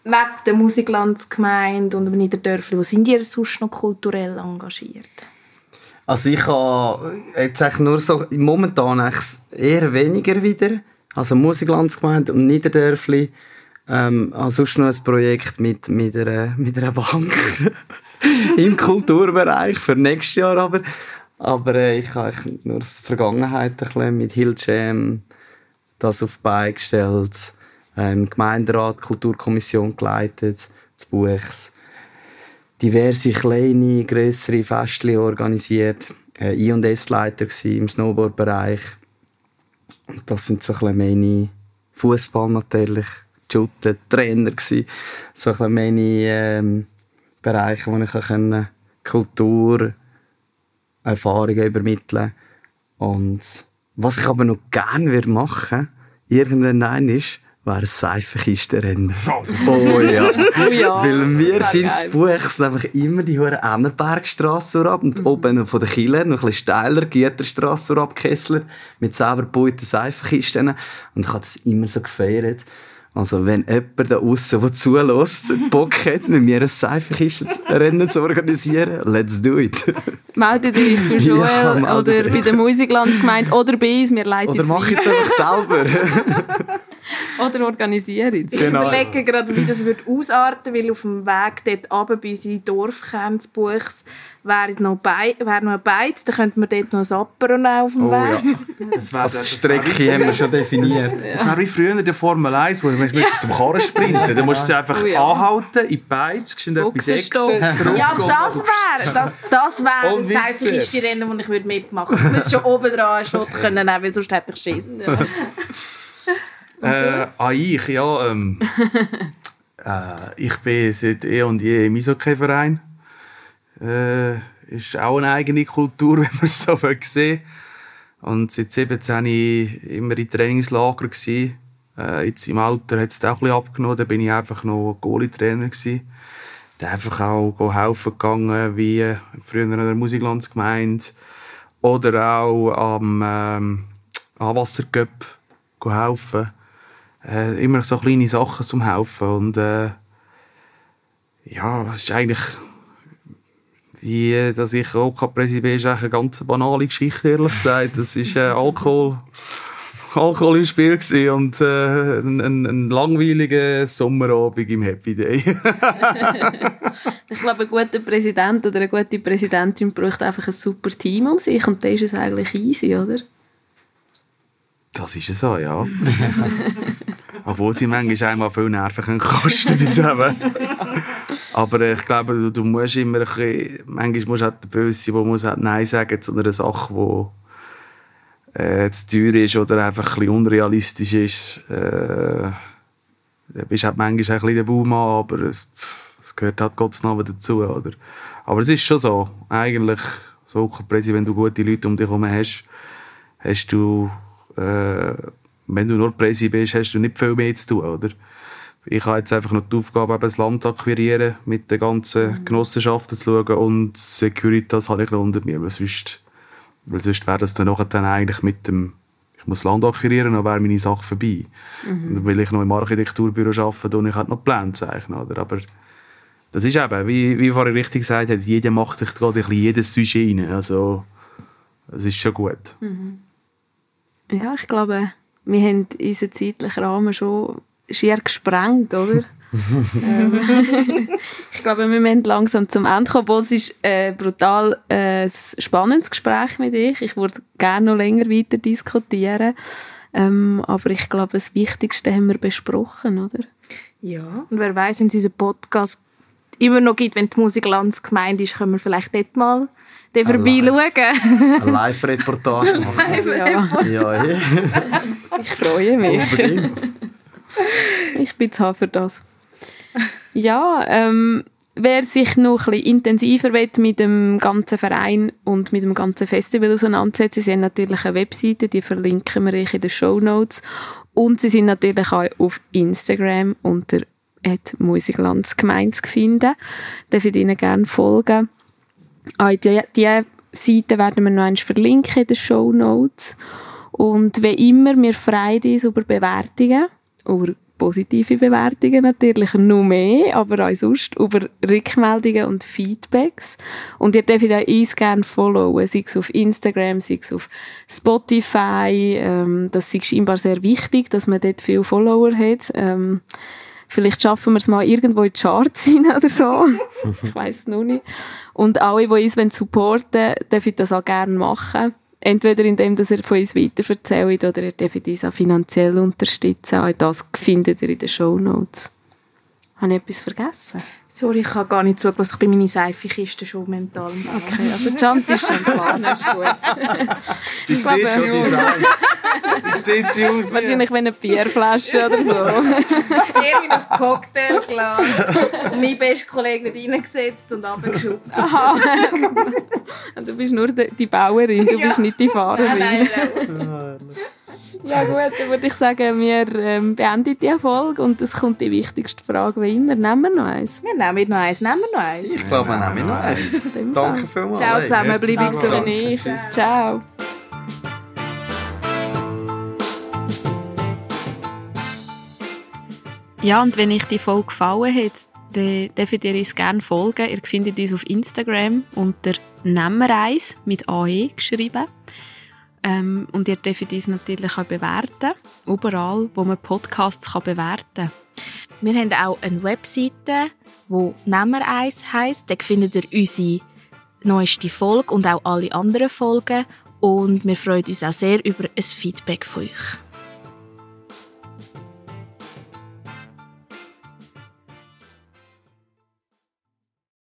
Neben der Musiklandsgemeinde und dem Niederdörfli, wo sind ihr sonst noch kulturell engagiert? Also ich habe jetzt eigentlich nur so, momentan eigentlich eher weniger wieder. Also Musiklandsgemeinde und Niederdörfli. Ähm, also sonst noch ein Projekt mit, mit, einer, mit einer Bank im Kulturbereich für nächstes Jahr. Aber, aber äh, ich habe nur die Vergangenheit ein bisschen mit Hillcam das auf die Beine gestellt. Ähm, Gemeinderat, Kulturkommission geleitet, das Buchs. Diverse kleine, grössere Festchen organisiert. Äh, I und S-Leiter im Snowboard-Bereich. Und das sind so ein bisschen meine Fußball natürlich. Shooten, Trainer gsi, so ein meine ähm, Bereiche, wo ich können Kultur, Erfahrungen übermitteln. Und was ich aber noch gerne würde machen, irgendwann ist, wäre ein Seifenkistenrennen. Oh ja. Oh ja. Weil wir sind das Buch nämlich immer die hohe Ennerbergstrasse ab und mhm. oben von der Killer noch ein bisschen steiler Gieterstrasse abgekesselt mit selber gebauten Seifenkisten. Und ich habe das immer so gefeiert. Also, wenn jemand da aussen, der zulässt, Bock hat, mit mir ein Seifenkistenrennen zu organisieren, let's do it. Melde dich für Joel ja, oder bei der Musiklandsgemeinde oder bei uns, wir leiten Oder mach jetzt einfach selber. Oder organisieren es. Ich genau. überlege gerade, wie das würde ausarten, weil auf dem Weg dort runter bei seinem Dorfkern des Buchs wäre noch, Be- wär noch ein Beiz, dann könnte man dort noch ein Apero auf dem oh, Weg. Ja. Das wär, also das Strecke haben wir schon definiert. Ja. Das wäre wie früher in der Formel eins, wo du ja. zum Karren sprinten. Dann musst du einfach oh, ja. anhalten, in die Beiz, gehst du etwas Exen, zurück. Ja, das wäre das, das wär ein Seifenkistenrennen, das ich mitmachen würde. Du müsstest schon oben dran einen Schott können nehmen, weil sonst hätte ich Schiss. Ja. Äh, ah, ich, ja. Ähm, äh, ich bin seit eh und je im Eishockey-Verein. Äh, ist auch eine eigene Kultur, wenn man es so sehen. Und seit siebzehn war ich immer in Trainingslager. Äh, jetzt im Alter hat es auch ein bisschen abgenommen. Da bin ich einfach noch Goalie-Trainer gewesen. Da einfach auch helfen gegangen, wie früher in der Musiklandsgemeinde. Oder auch am ähm, Anwassercup helfen. Äh, immer so kleine Sachen zum Helfen. Und äh, ja, es ist eigentlich... Die, dass ich O K-Präsident bin, ist eine ganz banale Geschichte, ehrlich gesagt. Das war äh, Alkohol, Alkohol im Spiel gewesen und äh, ein, ein, ein langweiliger Sommerabend im Happy Day. Ich glaube, ein guter Präsident oder eine gute Präsidentin braucht einfach ein super Team um sich und dann ist es eigentlich easy, oder? Das ist so, ja. Obwohl sie manchmal einmal viel Nerven kosten können. Aber ich glaube, du, du musst immer ein bisschen, manchmal musst du auch der Böse, der muss auch Nein sagen zu einer Sache, die äh, zu teuer ist oder einfach ein bisschen unrealistisch ist. Äh, du bist halt manchmal ein bisschen der Baumann, aber es, es gehört halt Gottes Namen dazu. Oder? Aber es ist schon so, eigentlich, so Präsident, wenn du gute Leute um dich herum hast, hast du, äh, wenn du nur Präsident bist, hast du nicht viel mehr zu tun, oder? Ich habe jetzt einfach noch die Aufgabe, das Land zu akquirieren, mit den ganzen Genossenschaften zu schauen und Securitas habe ich noch unter mir, weil sonst, weil sonst wäre das dann nachher dann eigentlich mit dem, ich muss Land akquirieren, dann wäre meine Sache vorbei. Mhm. Und weil ich noch im Architekturbüro arbeite und ich halt noch Pläne zeichne, oder? Aber das ist eben, wie, wie vorhin richtig gesagt hat, jeder macht sich gerade ein bisschen jedes Sujet rein, also es ist schon gut. Mhm. Ja, ich glaube, wir haben unseren zeitlichen Rahmen schon schier gesprengt, oder? ähm, ich glaube, wir müssen langsam zum Ende kommen. Es ist ein brutal äh, spannendes Gespräch mit dir. Ich würde gerne noch länger weiter diskutieren. Ähm, aber ich glaube, das Wichtigste haben wir besprochen, oder? Ja, und wer weiß, wenn es unseren Podcast immer noch gibt, wenn die Musiklandsgemeinde ist, können wir vielleicht dort mal den vorbeischauen. Eine Live-Reportage machen. Ja. Ja, ja. Ich freue mich. Unbedingt. Ich bin zu haben für das. Ja, ähm, wer sich noch ein bisschen intensiver will mit dem ganzen Verein und mit dem ganzen Festival auseinandersetzen, sie haben natürlich eine Webseite, die verlinken wir euch in den Shownotes. Und sie sind natürlich auch auf Instagram unter at musiklandsgemeinde zu finden. Dürft ihr ihnen gerne folgen. Auch die, die Seite werden wir noch einmal verlinken in den Shownotes. Und wie immer, wir freuen uns über Bewertungen, über positive Bewertungen natürlich, nur mehr, aber auch sonst über Rückmeldungen und Feedbacks. Und ihr dürft auch uns gerne followen, sei es auf Instagram, sei es auf Spotify. Ähm, das ist scheinbar sehr wichtig, dass man dort viele Follower hat. Ähm, vielleicht schaffen wir es mal irgendwo in die Charts rein oder so. Ich weiss es noch nicht. Und alle, die uns supporten wollen, dürfen das auch gerne machen. Entweder indem dass ihr von uns weiterverzählt oder ihr dürft uns auch finanziell unterstützen. Auch das findet ihr in den Shownotes. Habe ich etwas vergessen? Sorry, ich habe gar nicht zugelassen. Ich bin meine Seifekiste schon mental. Okay, also Chant ist schon klar, das ist gut. Wie sieht sie aus? Wie sieht sie aus? Wahrscheinlich wie eine Bierflasche oder so. Eher wie ein Cocktailglas. Und mein bester Kollege wird reingesetzt und runtergeschoben. Aha. Du bist nur die, die Bauerin, du Ja. bist nicht die Fahrerin. Nein, nein, Ja gut, dann würde ich sagen, wir ähm, beenden die Folge und es kommt die wichtigste Frage wie immer. Nehmen wir noch eins? wir nehmen noch eins, nehmen wir noch eins. Ich glaube, wir nehmen noch eins. In dem Danke Fall. vielmals. Ciao zusammen, bleibe Merci. gesund. Ich. Tschüss. Ciao. Ja, und wenn euch die Folge gefallen hat, dann dürft ihr uns gerne folgen. Ihr findet uns auf Instagram unter Nemmereis mit A E geschrieben. Ähm, und ihr dürft uns natürlich auch bewerten. Überall, wo man Podcasts kann bewerten kann. Wir haben auch eine Webseite, die Nemmereis heisst. Da findet ihr unsere neueste Folge und auch alle anderen Folgen. Und wir freuen uns auch sehr über ein Feedback von euch.